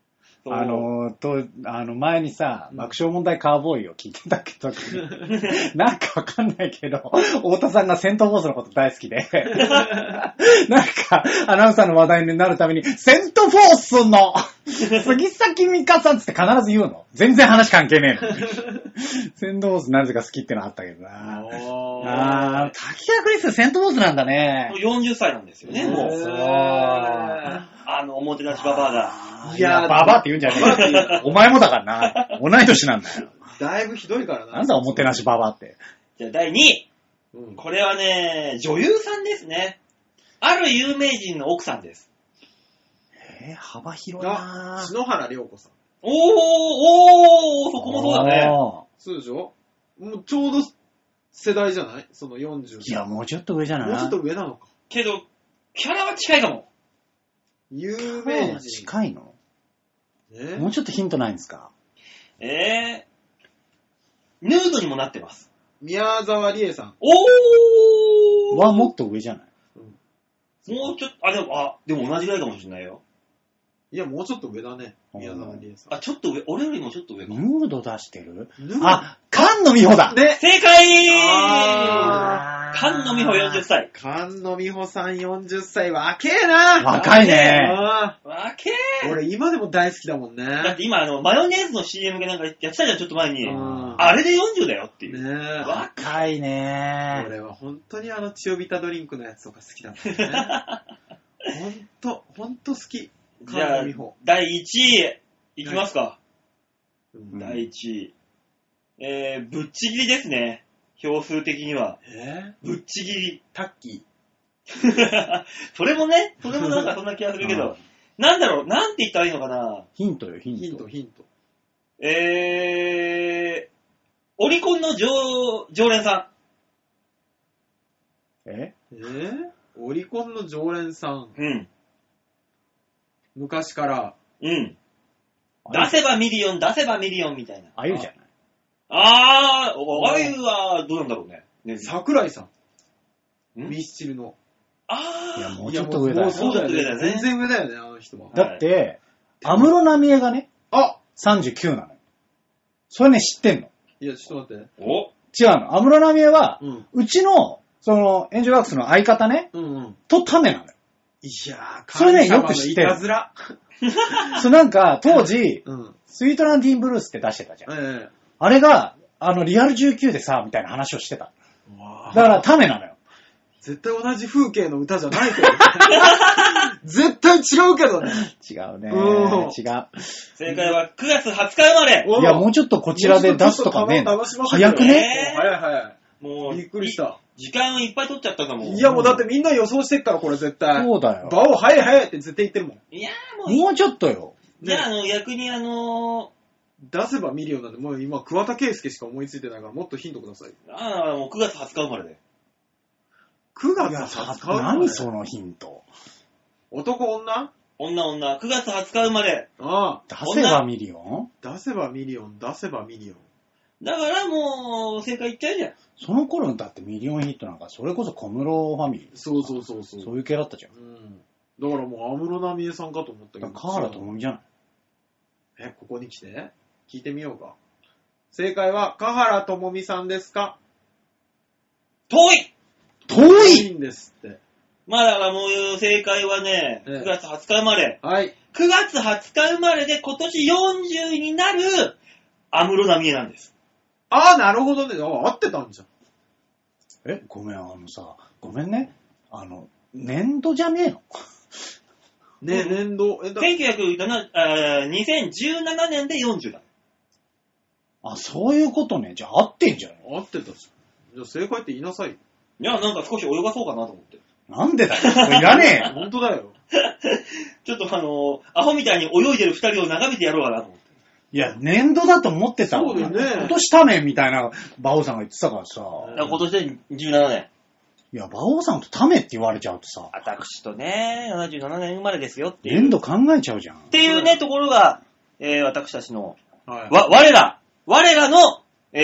前にさ、爆笑問題カーボーイを聞いてたけど、なんかわかんないけど、太田さんがセントフォースのこと大好きで、なんか、アナウンサーの話題になるために、セントフォースの杉咲美香さんって必ず言うの。全然話関係ねえの。セントフォースなぜか好きってのあったけどな。滝川クリスセントフォースなんだね。 40歳なんですよね、もう。 そう。 おもてなしババアが。 いや、ババアって言うんじゃねえよ。お前もだからな。同い年なんだよ。 だいぶひどいからな。 なんだおもてなしババアって。 じゃあ第2位。これはね、女優さんですね。ある有名人の奥さんです。 幅広いなぁ。 篠原涼子さん。 そこもそうだね。 そうでしょ？もうちょうど世代じゃない？その40。 いや、もうちょっと上じゃない？ もうちょっと上なのか。 けど、キャラは近いかも。 有名人。 近いの？もうちょっとヒントないんですか？ ヌードにもなってます。 宮沢りえさん。 はもっと上じゃない？ もうちょっと、でも同じぐらいかもしれないよ。 いや、もうちょっと上だね。宮沢りえさん。 ちょっと上。俺よりもちょっと上かも。 ヌード出してる？菅野美穂だ。 ね、正解菅野美穂40歳。 菅野美穂さん40歳。若えな。 若いね。 若え。 俺今でも大好きだもんね。 だって今マヨネーズの CM がなんかやってたじゃん、ちょっと前に。あれで40だよっていう。 ね若いね。 俺は本当に千代ビタドリンクのやつとか好きだもんね。ほんと好き。 じゃあ、第1位、いきますか。第1位。ぶっちぎりですね。票数的には。ぶっちぎり。 タッキー。それもなんかそんな気がするけど。なんだろう、なんて言ったらいいのかな。 ヒントよ、ヒント。 オリコンの常連さん。オリコンの常連さん。昔から。 出せばミリオンみたいな。 あゆじゃない？ あゆはどうなんだろうね。 桜井さん。ミスチルの。 いや、もうちょっと上だよ。 そうだよね。全然上だよね、あの人は。 だって、安室奈美恵がね、39なのよ。それね、知ってんの。 いや、ちょっと待って。 違うの。安室奈美恵は、うちの、エンジョイワークスの相方ね、とタメなのよ。 いやー、 それね、よく知ってる。なんか、当時、スイートランディーンブルースって出してたじゃん。あれが、リアル19でさ、みたいな話をしてた。だから、タメなのよ。 絶対同じ風景の歌じゃないけどね。絶対違うけどね。 違うね。 うん違う。 正解は9月20日生まれ。 いや、もうちょっとこちらで出すとかね。早くね。 早い早い。 もう、 びっくりした。 時間いっぱい取っちゃったかも。 いや、もうだってみんな予想してっから、これ絶対。 そうだよ。 馬王早い早いって絶対言ってるもん。 いやーもうちょっとよ。 じゃあ、逆に出せばミリオンなんで、もう今、桑田佳祐しか思いついてないから、もっとヒントください。 もう9月20日生まれで。 9月20日何そのヒント。 男女女、9月20日生まれ。 ああ。 出せばミリオン？ 出せばミリオン、出せばミリオン。 だからもう、正解言っちゃうじゃん。 その頃だってミリオンヒットなんか、それこそ小室ファミリー。 そうそう。 そういう系だったじゃん。 うん。だからもう、安室奈美恵さんかと思ったけど。 河原智美じゃない。 ここに来て聞いてみようか。正解は、華原朋美さんですか？ 遠いんですって。 まあだからもう正解はね、9月20日生まれ。 はい。 9月20日生まれで今年40になる安室奈美恵なんです。 ああ、なるほどね。合ってたんじゃん。 ごめん、ごめんね。年度じゃねえの？ ね、年度。 2017年で40だ。 あ、そういうことね。じゃあ合ってんじゃん。 合ってたじゃん。じゃあ正解って言いなさいよ。 いや、なんか少し泳がそうかなと思って。 なんでだよ。これいらねえよ。 本当だよ。 ちょっとアホみたいに泳いでる二人を眺めてやろうかなと思って。 いや、年度だと思ってた。 そうだよね。 今年たねみたいな、馬王さんが言ってたからさ。 今年で17年。 いや、馬王さんとためって言われちゃうとさ。 私とね、77年生まれですよっていう。 年度考えちゃうじゃん。 っていうね、ところが、私たちの、 はい、 我らの、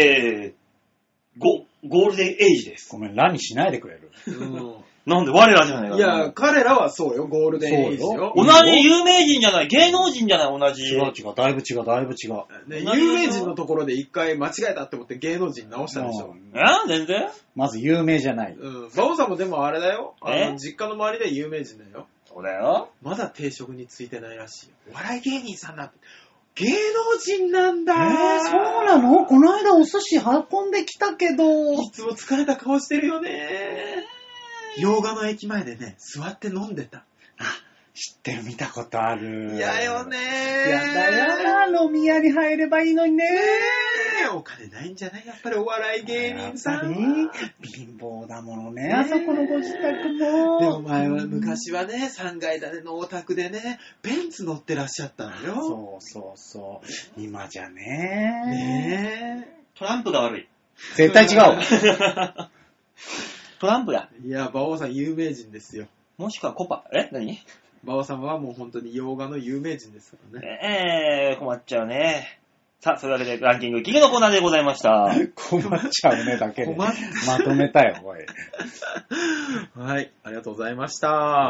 ゴールデンエイジです。 ごめん、ラにしないでくれる。 なんで我らじゃないか。 いや、彼らはそうよ、ゴールデンエイジよ。 同じ有名人じゃない、芸能人じゃない、同じ。 違う、だいぶ違う。 ね、有名人のところで一回間違えたって思って芸能人直したでしょ。 全然まず有名じゃない。 バオさんもでもあれだよ。実家の周りで有名人だよ。 そうだよ。 まだ定職についてないらしいよ。お笑い芸人さんだって。芸能人なんだそうなの？この間お寿司運んできたけど。 いつも疲れた顔してるよね。洋画の駅前でね、座って飲んでた。 知ってる、見たことある。 嫌よねやだよな、飲み屋に入ればいいのにね。 お金ないんじゃない？やっぱりお笑い芸人さん。 貧乏だものね、あそこのご自宅も。 でも前は昔はね、3階建てのお宅でね、ベンツ乗ってらっしゃったのよ。 そう。今じゃねトランプが悪い。 絶対違う。 トランプだ。 いや、馬王さん有名人ですよ。 もしくはコパ。何？ 馬王さんはもう本当に洋画の有名人ですからね。 困っちゃうね。さあ、そういうわけでランキング、キングのコーナーでございました。 困っちゃうねだけで。まとめたよ、おい。 はい、ありがとうございました。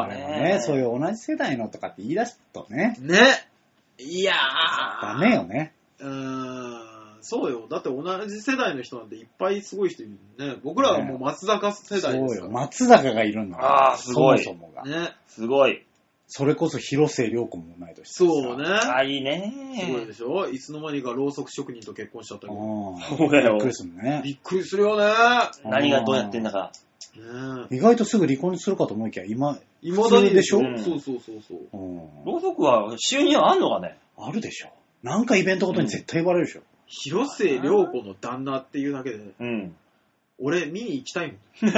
ね、そういう同じ世代のとかって言い出すとね。 ね。いやー。 ダメよね。 そうよ。だって同じ世代の人なんていっぱいすごい人いるね。僕らはもう松坂世代ですから。 そうよ。松坂がいるんだから。 ああ、すごい。 そもそもが。 ね。すごい。 それこそ広末涼子も同い年。 そうね。 いいね。 すごいでしょ。いつの間にかろうそく職人と結婚しちゃったけど。 そうだよ。 びっくりするね。 びっくりするよね。 何がどうやってんだか。 意外とすぐ離婚するかと思いきや、今だにでしょ。そう。 ろうそくは収入あんのかね？ あるでしょ。なんかイベントごとに絶対言われるでしょ。 広末涼子の旦那っていうだけで、俺見に行きたいもん。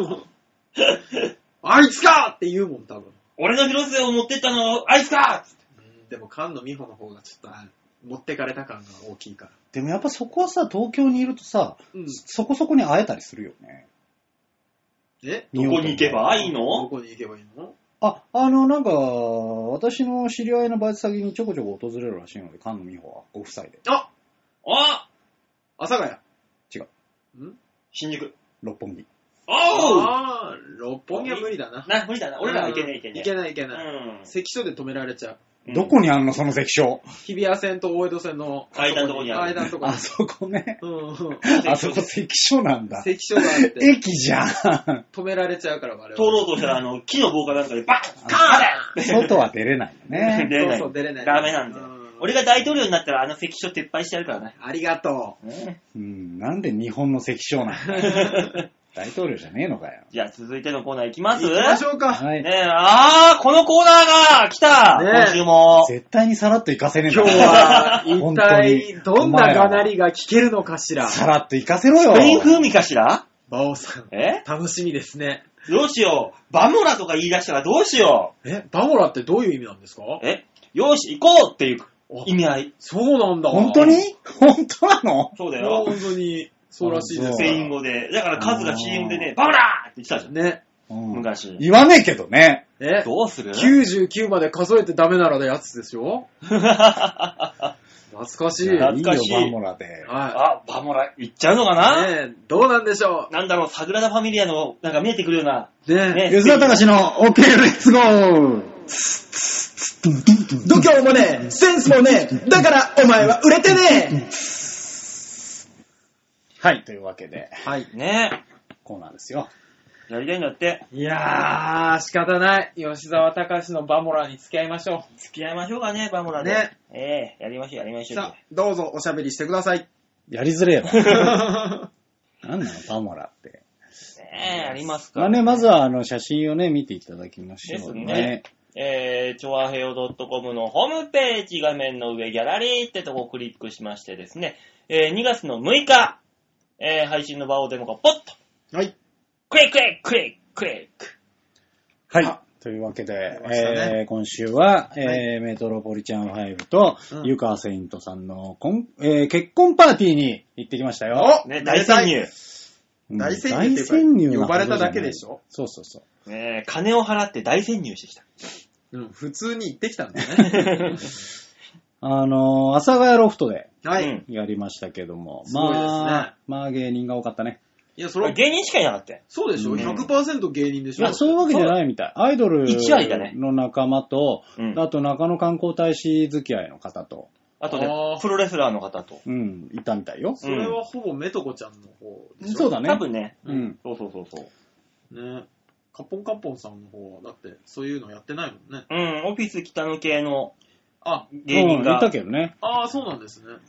あいつかって言うもん、多分。 俺の広末を持ってったのあいつかでも菅野美穂の方がちょっと持ってかれた感が大きいから。 でもやっぱそこはさ、東京にいるとさ、そこそこに会えたりするよね。 どこに行けばいいの？ どこに行けばいいの？ なんか、私の知り合いのバイト先にちょこちょこ訪れるらしいので、菅野美穂はご夫妻で。 阿佐ヶ谷。 違う。 新宿。 六本木。 六本木は無理だな。 無理だな。俺らは行けない。 いけない。関所で止められちゃう。 どこにあんのその関所。 日比谷線と大江戸線の間のとこにある。 あそこね。 あそこ関所なんだ。 関所があって。 駅じゃん。 止められちゃうから我々。 通ろうとしたら木の棒かなんかでバッカーン外は出れないよね。 出れない。 ダメなんだよ。俺が大統領になったら関所撤廃してやるからね。 ありがとう。なんで日本の関所なんだ。 大統領じゃねえのかよ。 じゃあ続いてのコーナー行きます？ 行きましょうか。 はい。 ねえ、このコーナーが来た、 ね、 今週も。 絶対にさらっと行かせねえんだ。 今日は、一体、どんながなりが聞けるのかしら。 さらっと行かせろよ。 スペイン風味かしら？ バオさん。楽しみですね。 どうしよう。バモラとか言い出したらどうしよう。バモラってどういう意味なんですか？ よし、行こうっていう意味合い。 そうなんだ。 本当に？本当なの？ そうだよ。 本当に、そうらしいです。 スペイン語で。だからカズが CM でね、バモラーって言ってたじゃん。 ね。 昔。 言わねえけどね。 どうする？ 99まで数えてダメならのやつでしょ？懐かしい。 懐かしい。 いいよ、バモラで。 バモラ行っちゃうのかな？ どうなんでしょう？ なんだろう、サグラダ・ファミリアの、なんか見えてくるような。 吉田隆の OK レッツゴー度胸もねえ、センスもねえ、だからお前は売れてねえ。 はい、というわけで。 はい。 ねこうなんですよ。 やりたいんだって。 いやー、仕方ない。吉沢隆のバモラに付き合いましょう。付き合いましょうかね、バモラで。ね。やりましょう、やりましょう。 さあ、どうぞおしゃべりしてください。 やりづれえわ。なんなの、バモラって。 ありますか、 ね。まずは写真をね、見ていただきましょうね。 ちょわへよ .com のホームページ画面の上ギャラリーってとこをクリックしましてですね、2月の6日、配信の場をデモがポッと。 はい。 クリッククリッククリッククリック。 はい。というわけで、今週は、メトロポリチャン5と、湯川セイントさんの結婚パーティーに行ってきましたよ。 ね、大潜入。 大潜入っていうか、呼ばれただけでしょ？ そうそうそう。 ね、金を払って大潜入してきた。 普通に行ってきたんだね。 阿佐ヶ谷ロフトで、 やりましたけども。 すごいですね。 まあ芸人が多かったね。 いや、それは芸人しかいなかったよ。 そうでしょ？ 100% 芸人でしょ？ いや、そういうわけじゃないみたい。アイドルの仲間と、あと中野観光大使付き合いの方と。 あとね、プロレスラーの方と。 いたみたいよ。 それはほぼメトコちゃんの方でしょ？ そうだね。 多分ね。 そう。ね。カッポンカッポンさんの方は、だって、そういうのやってないもんね。 オフィス北野系の芸人が。 いたけどね。 そうなんですね。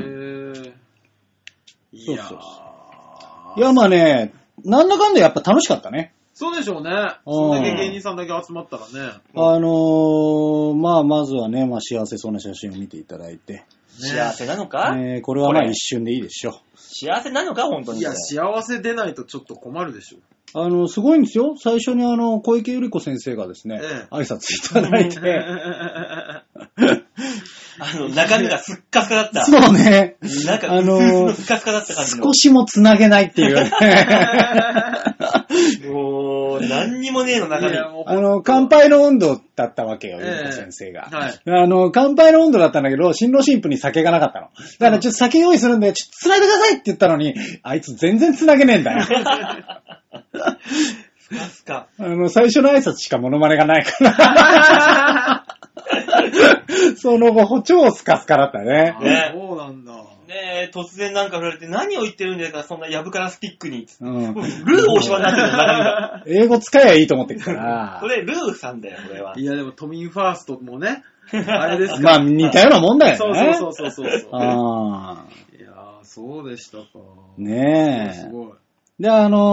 いやいや、まあね、なんだかんだやっぱ楽しかったね。 そうでしょうね。そんだけ芸人さんだけ集まったらね。 まあ、まずはね、幸せそうな写真を見ていただいて。 幸せなのか？ これはまあ一瞬でいいでしょう。 幸せなのか本当に。 いや、幸せ出ないとちょっと困るでしょ。 すごいんですよ。最初に小池百合子先生がですね、挨拶いただいて。 中身がすっかすかだった。 そうね。 なんか、すっかすかだった感じの。 少しも繋げないっていうね。 もう、何にもねえの中身。 乾杯の温度だったわけよ、百合子先生が。乾杯の温度だったんだけど、新郎新婦に酒がなかったの。だからちょっと酒用意するんで、ちょっと繋いでくださいって言ったのに、あいつ全然繋げねえんだよ。 スカスカ。 最初の挨拶しかモノマネがないから。その後、超スカスカだったね。 そうなんだ。 ねえ、突然なんか振られて何を言ってるんですか、そんなヤブからスティックに。ルー大島になってるの、中身が。 英語使えばいいと思ってるから。 これ、ルーさんだよ、これは。 いや、でも都民ファーストもね、あれですか。 まあ、似たようなもんだよね。 そう。いやそうでしたか。 ねえ。 すごい。 で、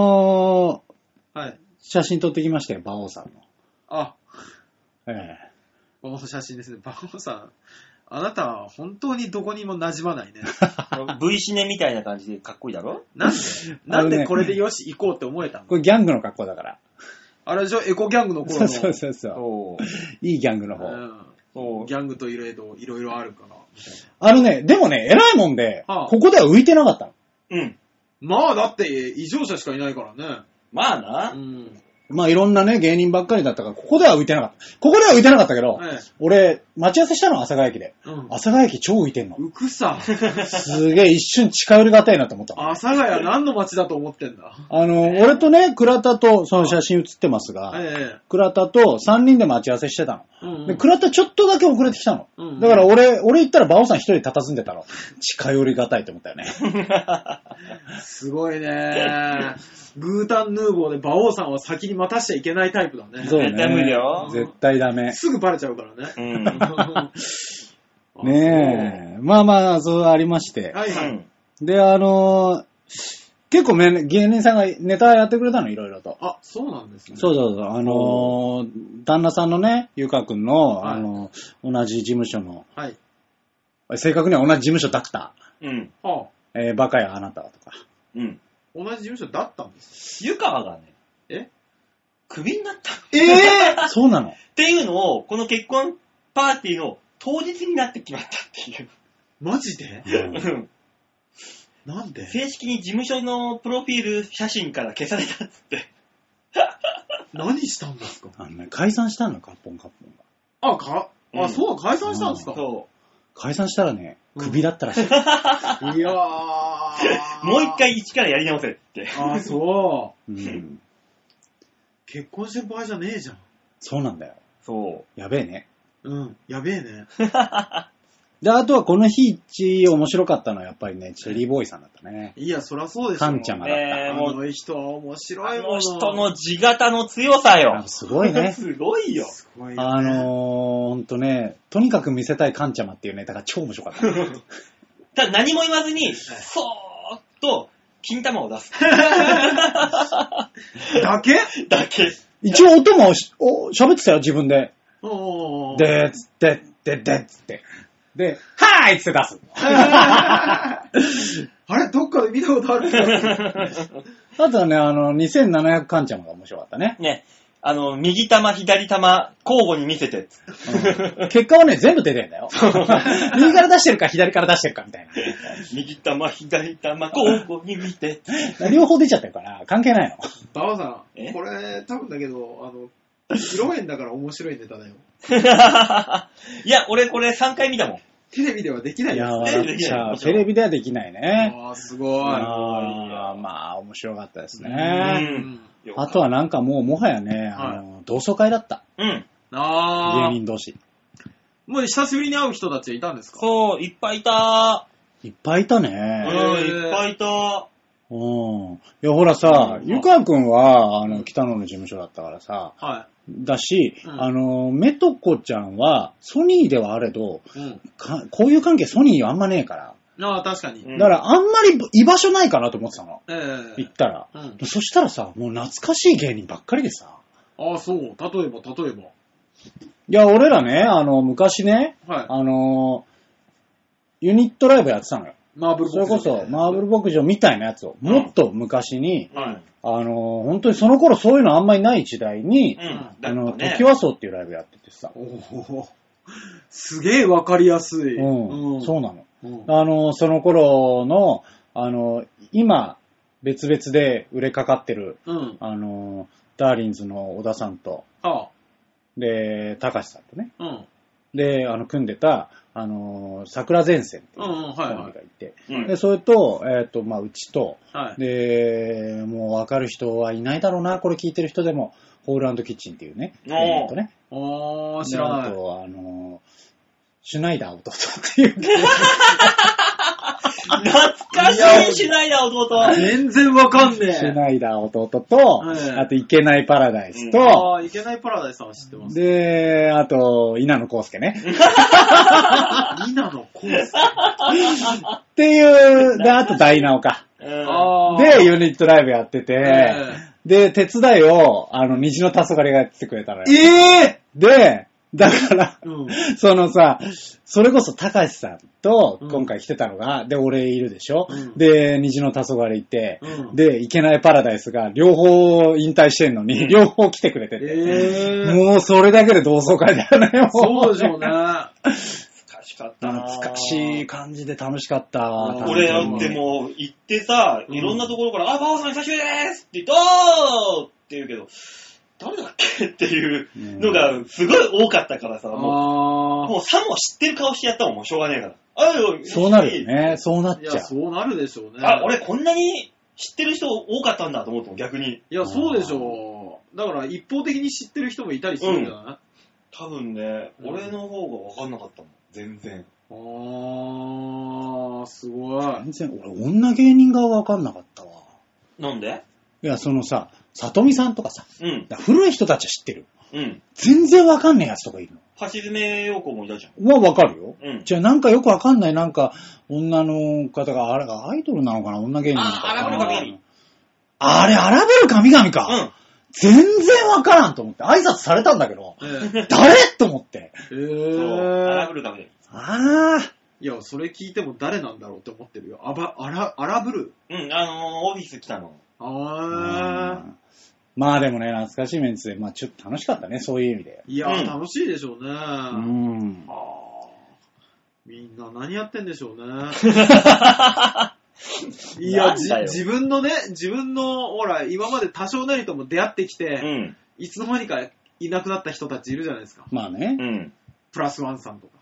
はい。 写真撮ってきましたよ、馬王さんの。 この写真ですね。馬王さん、あなたは本当にどこにも馴染まないね。 V シネみたいな感じでかっこいいだろ？ なんでこれでよし行こうって思えたの？ これギャングの格好だから。 あれでしょ？エコギャングの頃の。 そう。いいギャングの方。 ギャングといろいろあるから。 でもね、偉いもんで、ここでは浮いてなかったの。 まあだって異常者しかいないからね。 まあな。 まあいろんなね、芸人ばっかりだったから、ここでは浮いてなかった。ここでは浮いてなかったけど、俺、待ち合わせしたの、阿佐ヶ谷駅で。阿佐ヶ谷駅超浮いてんの。 浮くさ。 すげえ一瞬近寄りがたいなと思った。 阿佐ヶ谷何の街だと思ってんだ。 俺とね、倉田と、その写真写ってますが、倉田と3人で待ち合わせしてたの。で、倉田ちょっとだけ遅れてきたの。だから俺行ったら馬王さん一人佇んでたの。近寄りがたいと思ったよね。 すごいね。グータンヌーボーで馬王さんは先に待たしちゃいけないタイプだね。 そうね。 絶対無理よ。 絶対ダメ。 すぐバレちゃうからね。 ねえ。まあまあ、そうありまして。 はいはい。 で、 結構芸人さんがネタやってくれたの、いろいろと。 あ、そうなんですね。 そうそうそう。旦那さんのね、ゆかくんの、はい、同じ事務所の、はい、正確には同じ事務所だった。うん。バカやあなたとか。 うん。同じ事務所だったんです。 ゆかがね、クビになった。 そうなの。 っていうのを、この結婚パーティーの当日になってきまったっていう。 マジで？うん。なんで？ 正式に事務所のプロフィール写真から消されたっつって。 何したんですか？ 解散したの、カッポンが。 そう、解散したんですか？ そう。 解散したらね、クビだったらしい。いやー。 もう一回一からやり直せって。 そう。うん。結婚してる場合じゃねえじゃん。 そうなんだよ。 そう。 やべえね。 うん、やべえね。 で、あとはこの日一面白かったのはやっぱりね、チェリーボーイさんだったね。 いや、そらそうですよ。 カンちゃまだった。 もうこの人は面白いもの。 あの人の地形の強さよ。 すごいね。 すごいよ。 すごいね。 ほんとね、とにかく見せたいカンちゃまっていうネタが超面白かった。 ただ何も言わずに、そーっと、金玉を出す。 だけ一応音も喋ってたよ、自分で。で、つって、で、つって。で、はーいって出す。 あれどっかで見たことあるあとはね、2700カンちゃんが面白かったね。 ね。右玉、左玉、交互に見せて。 結果はね、全部出てんだよ。右から出してるか、左から出してるか、みたいな。 右玉、左玉、交互に見て。 両方出ちゃってるから、関係ないの。 バオさん、これ、多分だけど、披露宴だから面白いネタだよ。 いや、俺これ3回見たもん。 テレビではできないやつ。 テレビではできないね。 すごい。 まあ、面白かったですね。あとはなんかもはやね、同窓会だった。 うん。 芸人同士。 もう久しぶりに会う人たちいたんですか？ そう、いっぱいいた。 いっぱいいたね。 いっぱいいた。 いや、ほらさ、ゆかくんは、北野の事務所だったからさ、 はい。 だし、メトコちゃんは、ソニーではあれど、こういう関係ソニーはあんまねえから。 ああ、確かに。 だから、あんまり居場所ないかなと思ってたの。行ったら。そしたらさ、もう懐かしい芸人ばっかりでさ。 ああ、そう。例えば。 いや、俺らね、昔ね、ユニットライブやってたのよ。それこそ、マーブル牧場みたいなやつを、もっと昔に、本当にその頃そういうのあんまりない時代に、トキワ荘っていうライブやっててさ。 すげえわかりやすい。 そうなの。その頃の、今、別々で売れかかってる、ダーリンズの小田さんと、で、高橋さんとね。で、組んでた、桜前線っていうコンビがいて、で、それと、まあ、うちと、で、もう分かる人はいないだろうな、これ聞いてる人でも、ホール&キッチンっていうね、ユニットね。 知らない。 あと、シュナイダー弟っていう。 懐かしいシュナイダー弟。 全然わかんねえ。 シュナイダー弟と、あと、いけないパラダイスと、 いけないパラダイスは知ってます。 で、あと、稲野康介ね。 稲野康介っていう、で、あと、大直か。で、ユニットライブやってて、で、手伝いを、虹の黄昏がやってくれたのよ。で、だから、そのさ、それこそ高橋さんと今回来てたのが、で、俺いるでしょ、で、虹の黄昏いて、で、いけないパラダイスが両方引退してんのに、両方来てくれてて、もうそれだけで同窓会だよね、もう。 そうでしょうね。 懐かしい感じで楽しかった。 俺だってもう行ってさ、いろんなところから、バオさん久しぶりですって言って、おーって言うけど、誰だっけっていうのがすごい多かったからさ、もうさも知ってる顔してやったもん、もうしょうがねえから。 そうなるよね。そうなっちゃう。 いや、そうなるでしょうね。 俺こんなに知ってる人多かったんだと思っても逆に。 いや、そうでしょう。だから一方的に知ってる人もいたりするんじゃない？ 多分ね、俺の方が分かんなかったもん、全然。 すごい。 全然、俺女芸人側が分かんなかったわ。 なんで？ いや、そのさ、さとみさんとかさ、古い人たちは知ってる。 うん。 全然わかんないやつとかいるの。 橋爪陽子もいたじゃん。 わかるよ。 うん。 じゃあなんかよくわかんない、なんか、女の方が、あれがアイドルなのかな、女芸人なのかな。 荒ぶる神々。 あれ、荒ぶる神々か。 うん。 全然わからんと思って、挨拶されたんだけど、誰と思って。 荒ぶる神々。 ああ。 いや、それ聞いても誰なんだろうって思ってるよ。荒ぶる。 うん、オフィス来たの。 まあでもね、懐かしいメンツで、まあちょっと楽しかったね、そういう意味で。 いや、楽しいでしょうね。みんな何やってんでしょうね。いや、自分の、ほら、今まで多少なりとも出会ってきて、いつの間にかいなくなった人たちいるじゃないですか。 まあね。 プラスワンさんとか。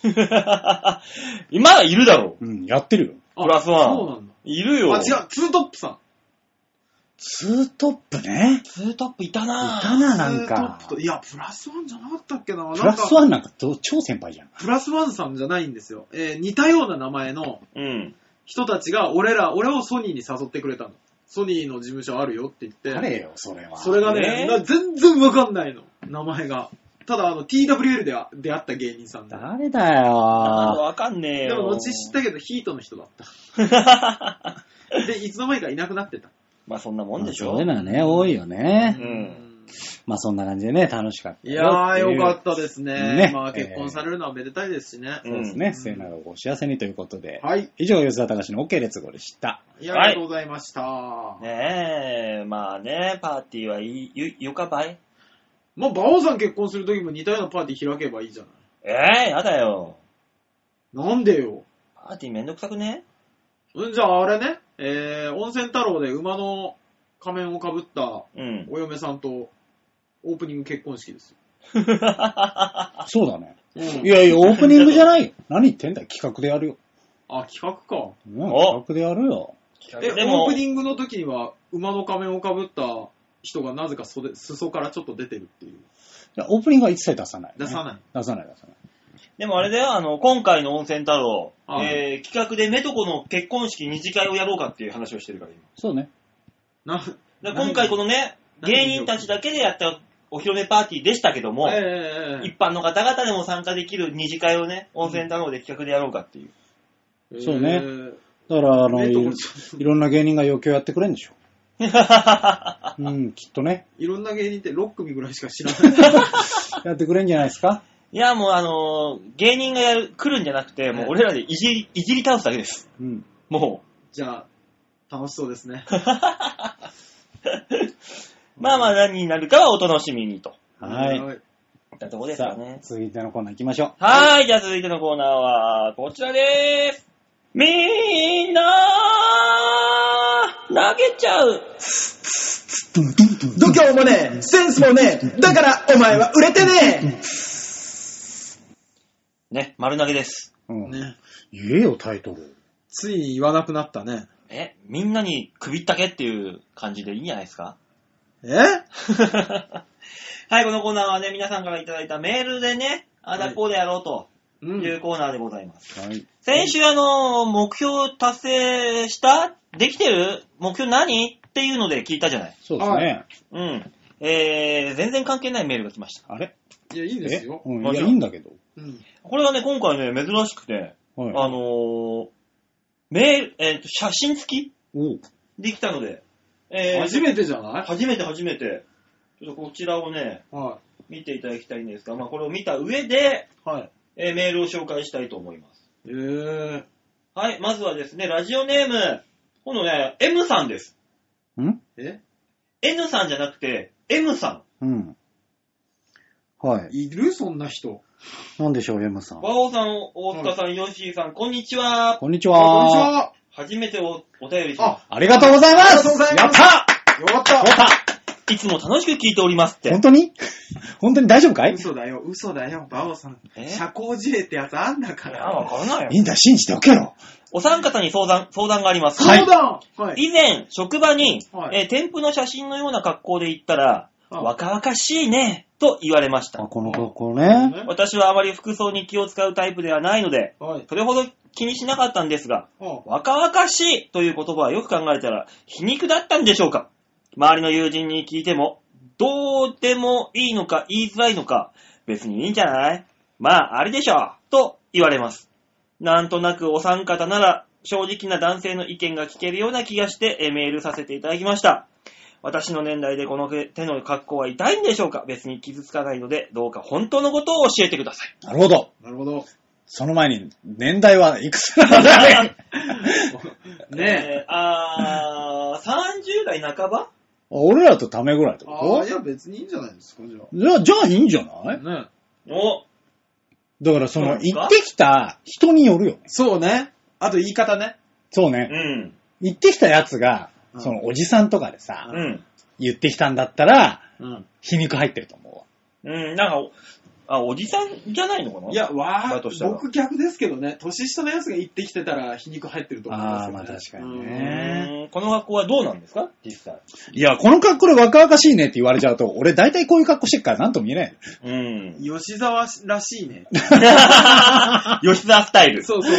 今はいるだろう。やってるよ。 プラスワン。 そうなんだ。 いるよ。 違う、ツートップさん。 ツートップね。 ツートップいたななんか。 ツートップと、いや、プラスワンじゃなかったっけな。 プラスワンなんか超先輩じゃん。 プラスワンさんじゃないんですよ。似たような名前の人たちが俺をソニーに誘ってくれたの。ソニーの事務所あるよって言って。 誰よ、それは。 それがね、全然わかんないの。名前が。ただ、TWL で出会った芸人さんだ。 誰だよ。 わかんねえよ。 でも、後知ったけど、ヒートの人だった。で、いつの間にかいなくなってた。 まあ、そんなもんでしょ。 そういうのはね、多いよね。まあ、そんな感じでね、楽しかった。 いやー、よかったですね。まあ、結婚されるのはめでたいですしね。 そうですね。末永くお幸せにということで。 はい。 以上、吉田隆の OK 列号でした。 いや、ありがとうございました。 ねえ、まあね、パーティーはいい、よかばい。 まあ、馬王さん結婚するときも似たようなパーティー開けばいいじゃない。やだよ。 なんでよ。 パーティーめんどくさくね？ じゃああれね、温泉太郎で馬の仮面をかぶったお嫁さんとオープニング結婚式ですよ。 そうだね。いやいや、オープニングじゃないよ。何言ってんだよ、企画でやるよ。 あ、企画か。 企画でやるよ。 でもオープニングの時には馬の仮面をかぶった人がなぜか裾からちょっと出てるっていう。いや、オープニングは一切出さない、ね。 出さない。 でもあれだよ、今回の温泉太郎、企画でメトコの結婚式二次会をやろうかっていう話をしてるから今。 そうね。 今回このね、芸人たちだけでやったお披露目パーティーでしたけども、一般の方々でも参加できる二次会をね、温泉太郎で企画でやろうかっていう。 そうね。だからいろんな芸人が余興やってくれんでしょ。きっとね。 いろんな芸人って6組ぐらいしか知らない。 やってくれんじゃないですか。 いや、もう芸人が来るんじゃなくて、もう俺らでいじり倒すだけです。もう。 じゃあ、楽しそうですね。 まあまあ何になるかはお楽しみにと。 はい。 いったとこですかね。 続いてのコーナー行きましょう。 はい、じゃあ続いてのコーナーは、こちらでーす。みんな投げちゃう。 度胸もねえ、センスもねえ、だからお前は売れてねえ。ね、丸投げです。 ね。言えよ、タイトル。 ついに言わなくなったね。 みんなに首ったけっていう感じでいいんじゃないですか？ はい、 このコーナーはね、皆さんからいただいたメールでね、あだこうでやろうというコーナーでございます。先週目標達成したできてる目標何っていうので聞いたじゃない。 そうですね。 全然関係ないメールが来ました。 あれ？ いや、いいですよ。 いや、いいんだけど。 これはね、今回ね、珍しくて、写真付きできたので、 初めてじゃない？ 初めて。ちょっとこちらをね、見ていただきたいんですが、これを見た上で、メールを紹介したいと思います。はい、まずはですね、ラジオネーム、今度ね、M さんです。N さんじゃなくて、M さん。 はい。 いる？そんな人。 なんでしょう、M さん。 バオさん、大塚さん、ヨッシーさん、こんにちは。 こんにちは。 初めてお便りします。 ありがとうございます。やったよかったいつも楽しく聞いておりますって。 本当に大丈夫かい？ 嘘だよ、バオさん。社交辞令ってやつあんだから。 わかんないよ。 いいんだ、信じておけよ。 お三方に相談があります。 相談、 以前、職場に、添付の写真のような格好で行ったら、若々しいね、と言われました。 この格好ね。 私はあまり服装に気を使うタイプではないので、それほど気にしなかったんですが、若々しいという言葉はよく考えたら皮肉だったんでしょうか。周りの友人に聞いても、 どうでもいいのか言いづらいのか、別にいいんじゃない？まあ、あれでしょと言われます。なんとなくお三方なら正直な男性の意見が聞けるような気がしてメールさせていただきました。私の年代でこの手の格好は痛いんでしょうか？別に傷つかないので、どうか本当のことを教えてください。 なるほど。 なるほど。 その前に、年代はいくつなんだね。 ねえ。 30代半ば？ 俺らとためぐらいってこと？ いや別にいいんじゃないですか、じゃあ。 じゃあいいんじゃない？ ね。 お、 だから行ってきた人によるよね。 そうね。あと言い方ね。 そうね。 うん。 行ってきたやつが、おじさんとかでさ、 うん。 言ってきたんだったら、 うん。 皮肉入ってると思うわ。うん、なんか、おじさんじゃないのかな？ いや、 僕逆ですけどね、年下のやつが言ってきてたら皮肉入ってると思いますよね。 まあ確かにね。 この学校はどうなんですか実際。 いや、この格好で若々しいねって言われちゃうと、俺大体こういう格好してっからなんとも言えない。 うん。 吉沢らしいね。 吉沢スタイル。 そう。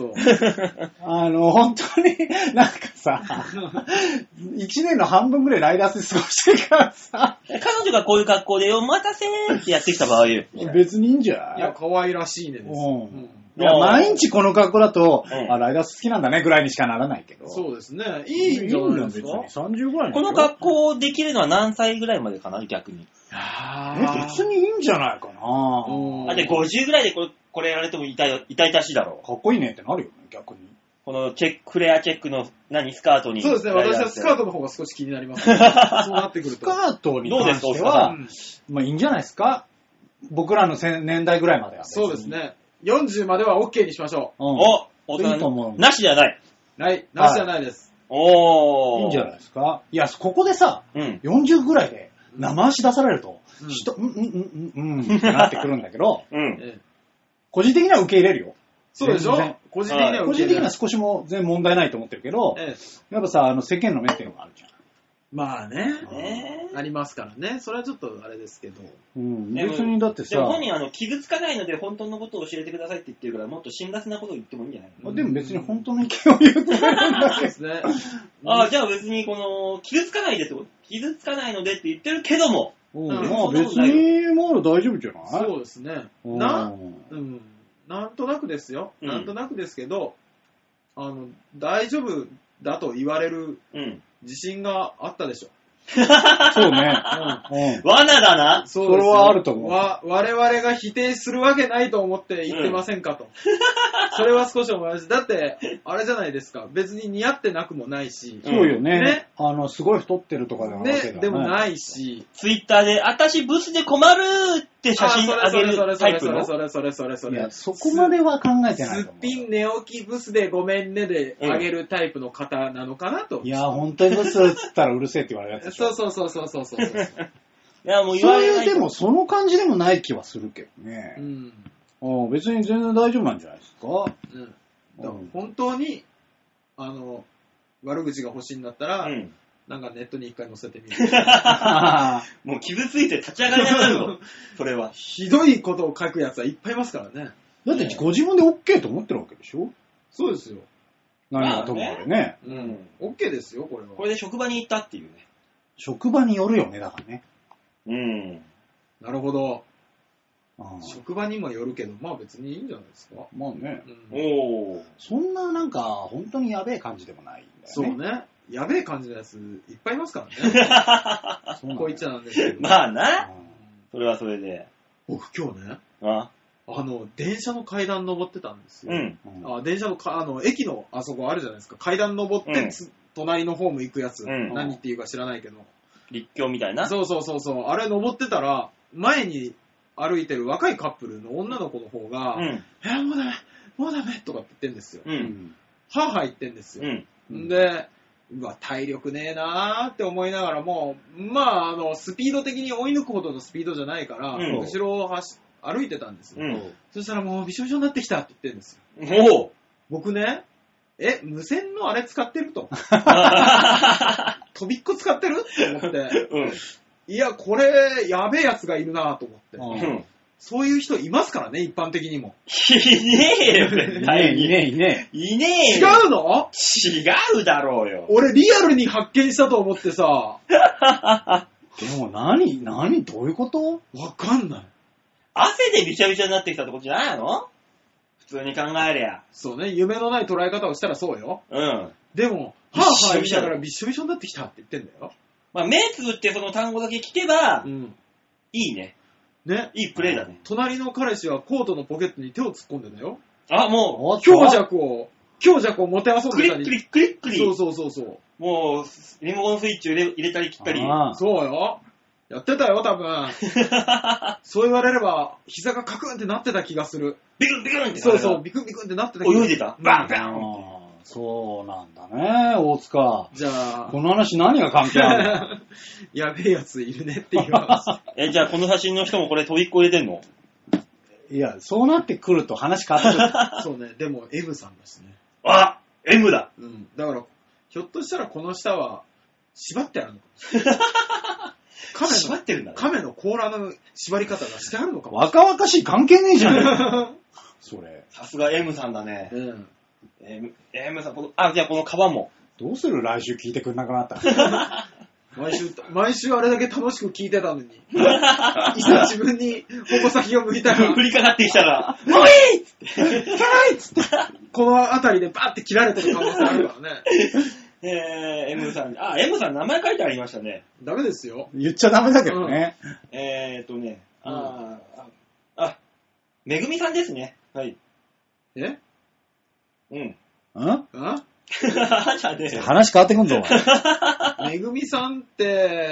本当になんかさ、1年の半分ぐらいライダースで過ごしてるからさ。 彼女がこういう格好でお待たせーってやってきた場合。 別にいいんじゃない？ いや、可愛らしいねです。 いや、毎日この格好だと、ライダース好きなんだねぐらいにしかならないけど。 そうですね。いいんじゃないですか。 30ぐらいこの格好できるのは何歳ぐらいまでかな逆に。 別にいいんじゃないかな。 で、50ぐらいでこれやられても痛々しいだろう。 かっこいいねってなるよね、逆に。 このフレアチェックのスカートに。 そうですね、私はスカートの方が少し気になります。そうなってくると。 スカートに関しては、まあいいんじゃないですか。僕らの年代ぐらいまでは。 そうですね。40までは OK にしましょう。 大人なしではない。 なしじゃないです。 いいんじゃないですか。いや、ここでさ、40ぐらいで生足出されると、ってなってくるんだけど、個人的には受け入れるよ。 そうでしょ？個人的には個人的には少しも全然問題ないと思ってるけど、やっぱさ、世間の目っていうのがあるじゃん。 まあね。ありますからね。それはちょっとあれですけど。 別にだってさ。 でも本人傷つかないので本当のことを教えてくださいって言ってるから、もっと辛辣なことを言ってもいいんじゃないの？ でも別に本当の意見を言うとるんだけどね。 じゃあ別に傷つかないでってこと、傷つかないのでって言ってるけども。 まあ別にまだ大丈夫じゃない？ そうですね。なんとなくですよ。なんとなくですけど、大丈夫だと言われる自信があったでしょ。 そうね。 罠だな。 それはあると思う。 我々が否定するわけないと思って言ってませんかと。それは少し思います。だって、あれじゃないですか。別に似合ってなくもないし。 そうよね。すごい太ってるとかでもないけどね。でもないし。 ツイッターで、私ブスで困るって写真あげるタイプの。 それ。 いや、そこまでは考えてないと思う。 すっぴん寝起きブスでごめんねであげるタイプの方なのかなと。 いや、本当にブスっつったらうるせえって言われるやつ。 そう。 いや、もう言われない。 でもその感じでもない気はするけどね。別に全然大丈夫なんじゃないですか。 本当に、悪口が欲しいんだったら、なんかネットに一回載せてみる。 もう傷ついて立ち上がれなくなるぞ。それは。 ひどいことを書くやつはいっぱいいますからね。 だってご自分で OK と思ってるわけでしょ？ そうですよ。 何がともあれね。 OK ですよ、これは。 これで職場に行ったっていうね。 職場によるよね、だからね。 なるほど。職場にもよるけど、まあ別にいいんじゃないですか。 まあね。そんななんか、本当にやべえ感じでもないんだよね。 そうね。やべえ感じのやついっぱいいますからね。こう言っちゃなんですけど。 まあな。それはそれで。 僕今日ね、電車の階段登ってたんですよ。電車の駅のあそこあるじゃないですか。階段登って、隣のホーム行くやつ。何っていうか知らないけど。 立教みたいな。 そう。あれ登ってたら、前に歩いてる若いカップルの女の子の方が、もうダメとかって言ってんですよ。はぁ言ってんですよ。で、体力ねえなーって思いながらも、スピード的に追い抜くほどのスピードじゃないから、後ろを歩いてたんですよ。そしたらもうびしょびしょになってきたって言ってんですよ。僕ね、無線のあれ使ってると。飛びっこ使ってるって思って。いや、これ、やべえやつがいるなと思って。そういう人いますからね、一般的にも。 いねえよ、絶対に。 いねえよ。違うの？ 違うだろうよ。 俺、リアルに発見したと思ってさ。 でも何どういうこと？ わかんない。 汗でびちゃびちゃになってきたってことじゃないの？普通に考えりゃ。 そうね、夢のない捉え方をしたらそうよ。 うん。 でも、はぁはぁ言いながらびっしょびしょになってきたって言ってんだよ。 まあ、目つぶってその単語だけ聞けば、 うん。 いいね。 ね。 いいプレイだね。 隣の彼氏はコートのポケットに手を突っ込んでたよ。 あ、も強弱を持て遊う、クリんでたり。 ックリックリックリ。 そう。 もう、リモコンスイッチを入れたり切ったり。 そうよ。やってたよ、多分。そう言われれば、膝がカクンってなってた気がする。 ビクンビクンって。 そう、ビクンビクンってなってた気がする。 泳いでた。バンバン。 そうなんだね、大塚。 じゃあ、 この話何が関係あるの？ やべえやついるねっていう話。 じゃあこの写真の人もこれ飛びっこ入れてんの？ いや、そうなってくると話変わってくる。 そうね、でも M さんだしね。 あ !M だ。 うん。だから、ひょっとしたらこの下は、縛ってあるのかもしれない。 縛ってるんだね。 亀の甲羅の縛り方がしてあるのかも。 若々しい関係ねえじゃねえか。それ。 さすが M さんだね。 うん。 M さん、じゃあこのカバンも。 どうする？来週聞いてくんなくなったら。 毎週あれだけ楽しく聞いてたのに。いざ自分に矛先が向いたら。 振りかかってきたら、もういいっつって。 キャラいっつって。この辺りでバーって切られてる可能性あるからね。 M さん、M さん名前書いてありましたね。 ダメですよ。 言っちゃダメだけどね。 めぐみさんですね。はい。 え？ うん。 ん？ じゃあね。 話変わってくんぞ、おめぐみさんって、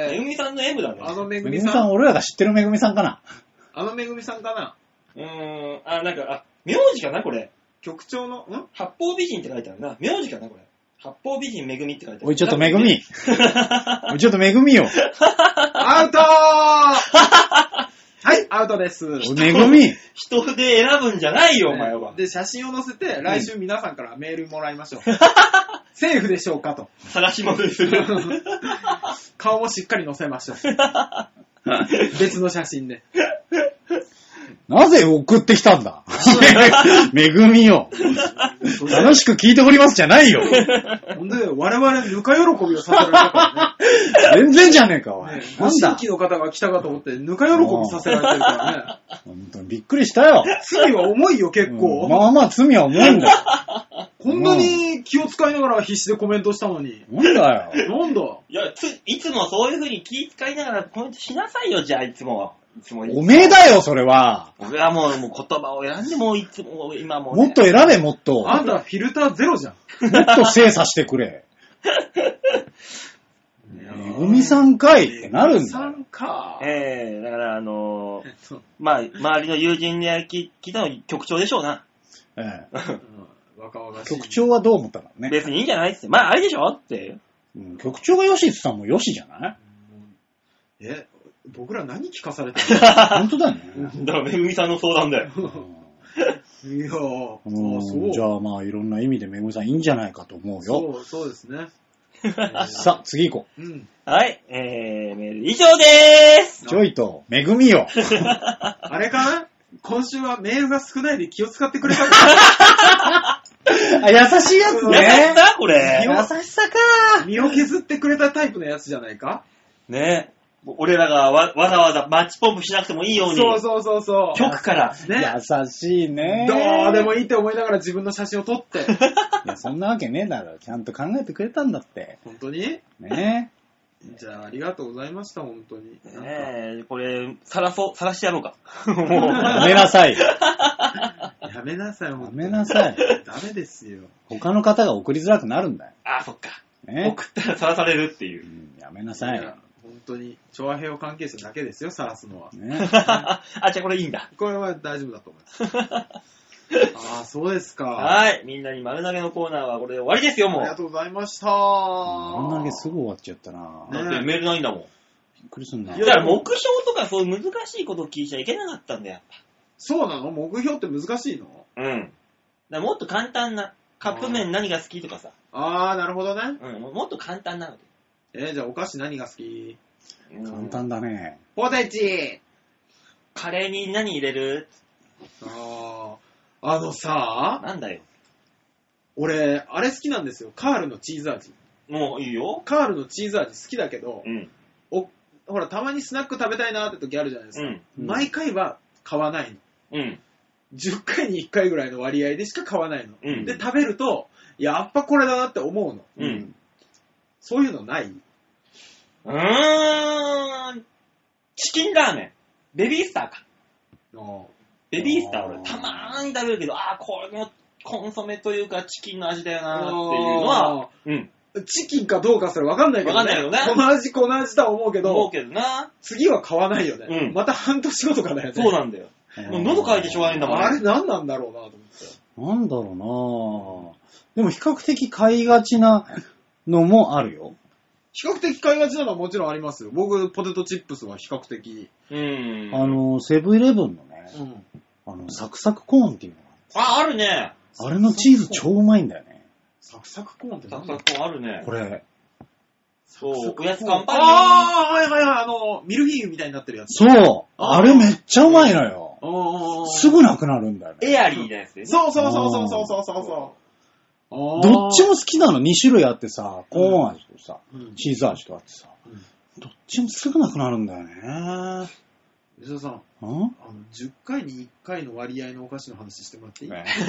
めぐみさんの M だね。 あのめぐめみさん。 俺らが知ってるめぐみさんかな？ あのめぐみさんかな？ なんか、名字かなこれ。 局長の、 八方美人って書いてあるな。名字かなこれ。八方美人めぐみって書いてある。 おい、ちょっとめぐみ。おい、ちょっとめぐみよ。 アウトーはい、アウトです。 めぐみ。 人で選ぶんじゃないよ、お前は。 で、写真を載せて、来週皆さんからメールもらいましょう。セーフでしょうかと。 探し物する。 顔もしっかり載せましょう。別の写真で。 なぜ送ってきたんだ？めぐみよ。楽しく聞いておりますじゃないよ。 ほんで、我々ぬか喜びをさせられたからね。 全然じゃねえか、おい。 ご新規の方が来たかと思って、ぬか喜びさせられてるからね。 本当にびっくりしたよ。 罪は重いよ、結構。 まあまあ罪は重いんだよ。 こんなに気を使いながら必死でコメントしたのに。 なんだよ。 なんだいや、いつもそういう風に気使いながらコメントしなさいよ、じゃあ、いつも。 おめえだよ、それは。 僕はもう言葉を選んでもいつも、今も、 もっと選べ、もっと。 あんたフィルターゼロじゃん。 もっと精査してくれ。めぐみさんかいってなるんだよ。めぐみさんか。 だからまあ、周りの友人に聞いたの局長でしょうな。 局長はどう思ったのね。 別にいいんじゃないっす。まあ、あれでしょって。 局長がよしって言ったらもうよしじゃない？ 僕ら何聞かされてるの？本当だよね。 だから、めぐみさんの相談だよ。 いやそう。じゃあまあいろんな意味でめぐみさんいいんじゃないかと思うよ。 そうですね。 さあ、次行こう。はい、メール以上でーす。 ちょいと、めぐみよ。 あれかな？今週はメールが少ないで気を使ってくれたか優しいやつね。 優しさこれ。 優しさか。 身を削ってくれたタイプのやつじゃないか？ ねえ。俺らがわざわざマッチポンプしなくてもいいように。 そう。 局から。 ね。優しいね。 どうでもいいって思いながら自分の写真を撮って。いや、そんなわけねえだろ。ちゃんと考えてくれたんだって。 本当に？ ねえ。じゃあ、ありがとうございました、本当に。 ねえ、これ、晒してやろうか。 もう。やめなさい。 やめなさい、 やめなさい。 ダメですよ。 他の方が送りづらくなるんだよ。 そっか。 ね。 送ったら晒されるっていう。 やめなさい。 本当に、調和平和関係者だけですよ、晒すのは。 ね。 じゃあこれいいんだ。 これは大丈夫だと思います。そうですか。 はい。みんなに丸投げのコーナーはこれで終わりですよ、もう。 ありがとうございました。 丸投げすぐ終わっちゃったな。 だってメールないんだもん。 びっくりすんな。 だから目標とかそういう難しいことを聞いちゃいけなかったんだよ、やっぱ。 そうなの？目標って難しいの？ だからもっと簡単な。カップ麺何が好きとかさ。 なるほどね。 もっと簡単なので。 じゃあお菓子何が好き？ 簡単だね。 ポテチ！ カレーに何入れる？ なんだよ。 俺、あれ好きなんですよ。カールのチーズ味。 もういいよ。 カールのチーズ味好きだけど、 ほら、たまにスナック食べたいなって時あるじゃないですか。毎回は買わないの。10回に1回ぐらいの割合でしか買わないの。で、食べると、やっぱこれだなって思うの。そういうのない？ チキンラーメン。ベビースターか。ベビースター俺たまーに食べるけど、これもコンソメというかチキンの味だよなーっていうのは、 チキンかどうかそれ分かんないけどね。 分かんないよね。 この味とは思うけどな。 次は買わないよね。また半年後とかだよね。 そうなんだよ。喉乾いてしょうがないんだもん。 あれ何なんだろうなと思って。 なんだろうなでも比較的買いがちなのもあるよ。 比較的買いがちなのはもちろんありますよ。僕、ポテトチップスは比較的。 セブンイレブンのね、サクサクコーンっていうのがあるね。 あれのチーズ超うまいんだよね。 サクサクコーンってサクサクコーンあるね。 これ。 そう、おやつカンパニー。 はい、ミルフィーユみたいになってるやつ。 そう。あれめっちゃうまいのよ。すぐなくなるんだよね。 エアリーなやつでね。 そう。 どっちも好きなの。2種類あってさ、コーン味とさ、チーズ味とあってさ、どっちもすぐなくなるんだよね。 吉田さん、10回に1回の割合のお菓子の話してもらっていい？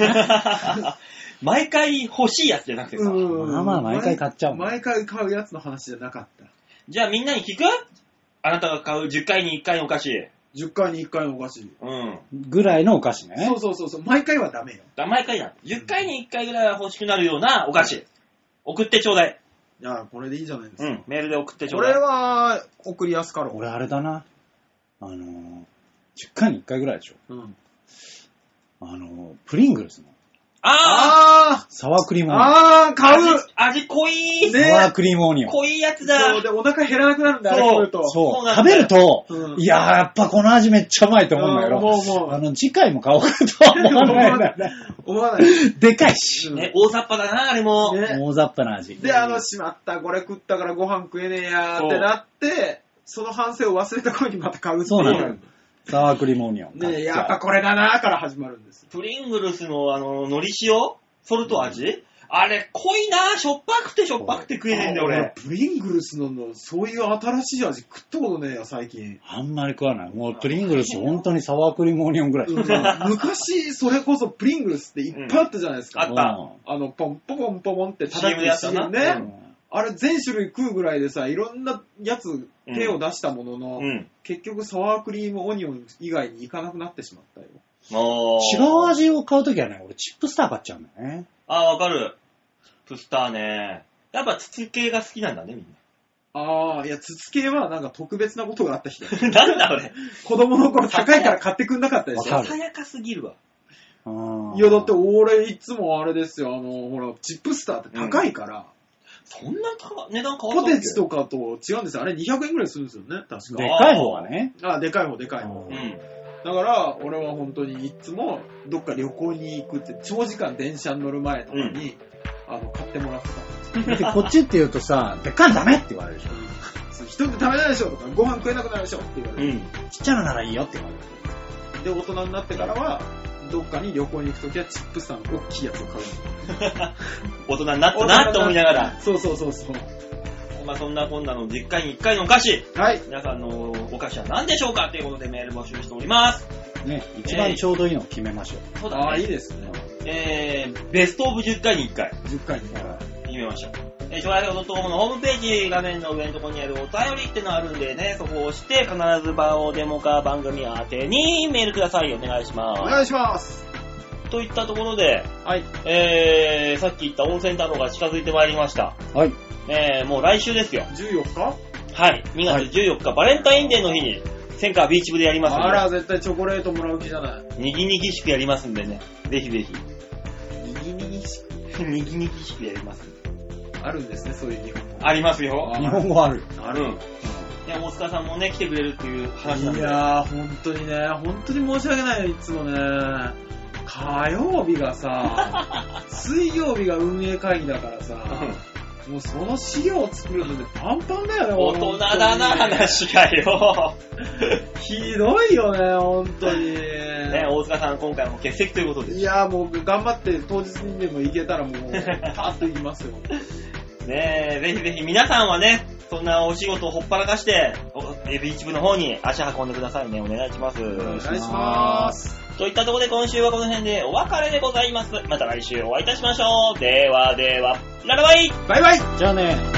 毎回欲しいやつじゃなくてさ。 まあ毎回買っちゃう。 毎回買うやつの話じゃなかった。 じゃあみんなに聞く？あなたが買う10回に1回のお菓子。 10回に1回のお菓子。 ぐらいのお菓子ね。 そう。毎回はダメよ。 毎回だ。10回に1回ぐらいは欲しくなるようなお菓子。送ってちょうだい。 いや、これでいいじゃないですか。 メールで送ってちょうだい。 これは送りやすかろう。 俺あれだな。10回に1回ぐらいでしょ。プリングルスの。サワークリームオニオン。 買う！ 味濃い！ サワークリームオニオン。 濃いやつだ。 そう、で、お腹減らなくなるんだ、あれ食うと。 そう。食べると、いやー、やっぱこの味めっちゃうまいと思うんだけど、次回も買おうかとは思わないんだよね。 思わない。 でかいし。 大雑把だな、あれも。 大雑把な味。 で、しまった、これ食ったからご飯食えねえやーってなって、その反省を忘れた頃にまた買うっていう。 そうなの。サワークリームオニオン。 ねえ、やっぱこれだなーから始まるんです。 プリングルスの海苔塩ソルト味あれ濃いな、しょっぱくて食えねえんだよ俺。 プリングルスのそういう新しい味食ったことねえよ最近。 あんまり食わない。もうプリングルス本当にサワークリームオニオンぐらい。 昔それこそプリングルスっていっぱいあったじゃないですか。 あった。 ポンポコンポコンって叩くやつね。あれ全種類食うぐらいでさ、いろんなやつ手を出したものの、結局サワークリームオニオン以外に行かなくなってしまったよ。 違う味を買うときはね、俺チップスター買っちゃうんだよね。 わかる。プスターね。やっぱ筒系が好きなんだね、みんな。 いや、筒系はなんか特別なことがあった人。 なんだ俺。 子供の頃高いから買ってくんなかったでしょ。 ささやかすぎるわ。 いや、だって俺いつもあれですよ、ほら、チップスターって高いから。 そんな値段変わったっけ？ ポテチとかと違うんですよ。あれ200円ぐらいするんですよね、確か。 でかい方がね。 でかい方。だから、俺は本当にいつもどっか旅行に行くって、長時間電車に乗る前とかに、買ってもらってた。 こっちって言うとさ、でっかいのダメって言われるでしょ。 一人で食べないでしょとか、ご飯食えなくなるでしょって言われる。 ちっちゃいのならいいよって言われる。 で、大人になってからは、どっかに旅行に行くときはチップスターの大きいやつを買う。 大人になったなって思いながら。 そう。 まあそんなこんなの10回に1回のお菓子。 はい。 皆さんのお菓子は何でしょうかということでメール募集しております。 ね、一番ちょうどいいのを決めましょう。 そうだね。 いいですね。 ベストオブ10回に1回。 10回に1回。 決めましょう。昭和平和 .com のホームページ、画面の上のところにあるお便りってのがあるんでね、そこを押して必ず場をデモか番組宛てにメールください。お願いします。 お願いします。 といったところで、 はい。 さっき言った温泉太郎が近づいてまいりました。 はい。 もう来週ですよ。 14日？ はい。2月14日、バレンタインデーの日に、センカービーチ部でやりますんで。 あら、絶対チョコレートもらう気じゃない。 にぎにぎしくやりますんでね。ぜひぜひ。 にぎにぎしくにぎにぎしくやります。 あるんですね、そういう日本語。 ありますよ。 日本語ある。 ある。 いや、大塚さんもね、来てくれるっていう話なんで。 いやー、本当にね、本当に申し訳ないよ、いつもね。火曜日がさ、水曜日が運営会議だからさ、もうその資料を作るのでパンパンだよね、 大人だな、話がよ。 ひどいよね、本当に。 ね、大塚さん今回も欠席ということで。 いやー、もう頑張って当日にでも行けたらもう、パーッと行きますよ。 ねえ、ぜひぜひ皆さんはね、そんなお仕事をほっぱらかして、 ビーチ部の方に足運んでくださいね。お願いします。 お願いします。 といったところで今週はこの辺でお別れでございます。また来週お会いいたしましょう。ではでは、ララバイバイバイ。 じゃあね。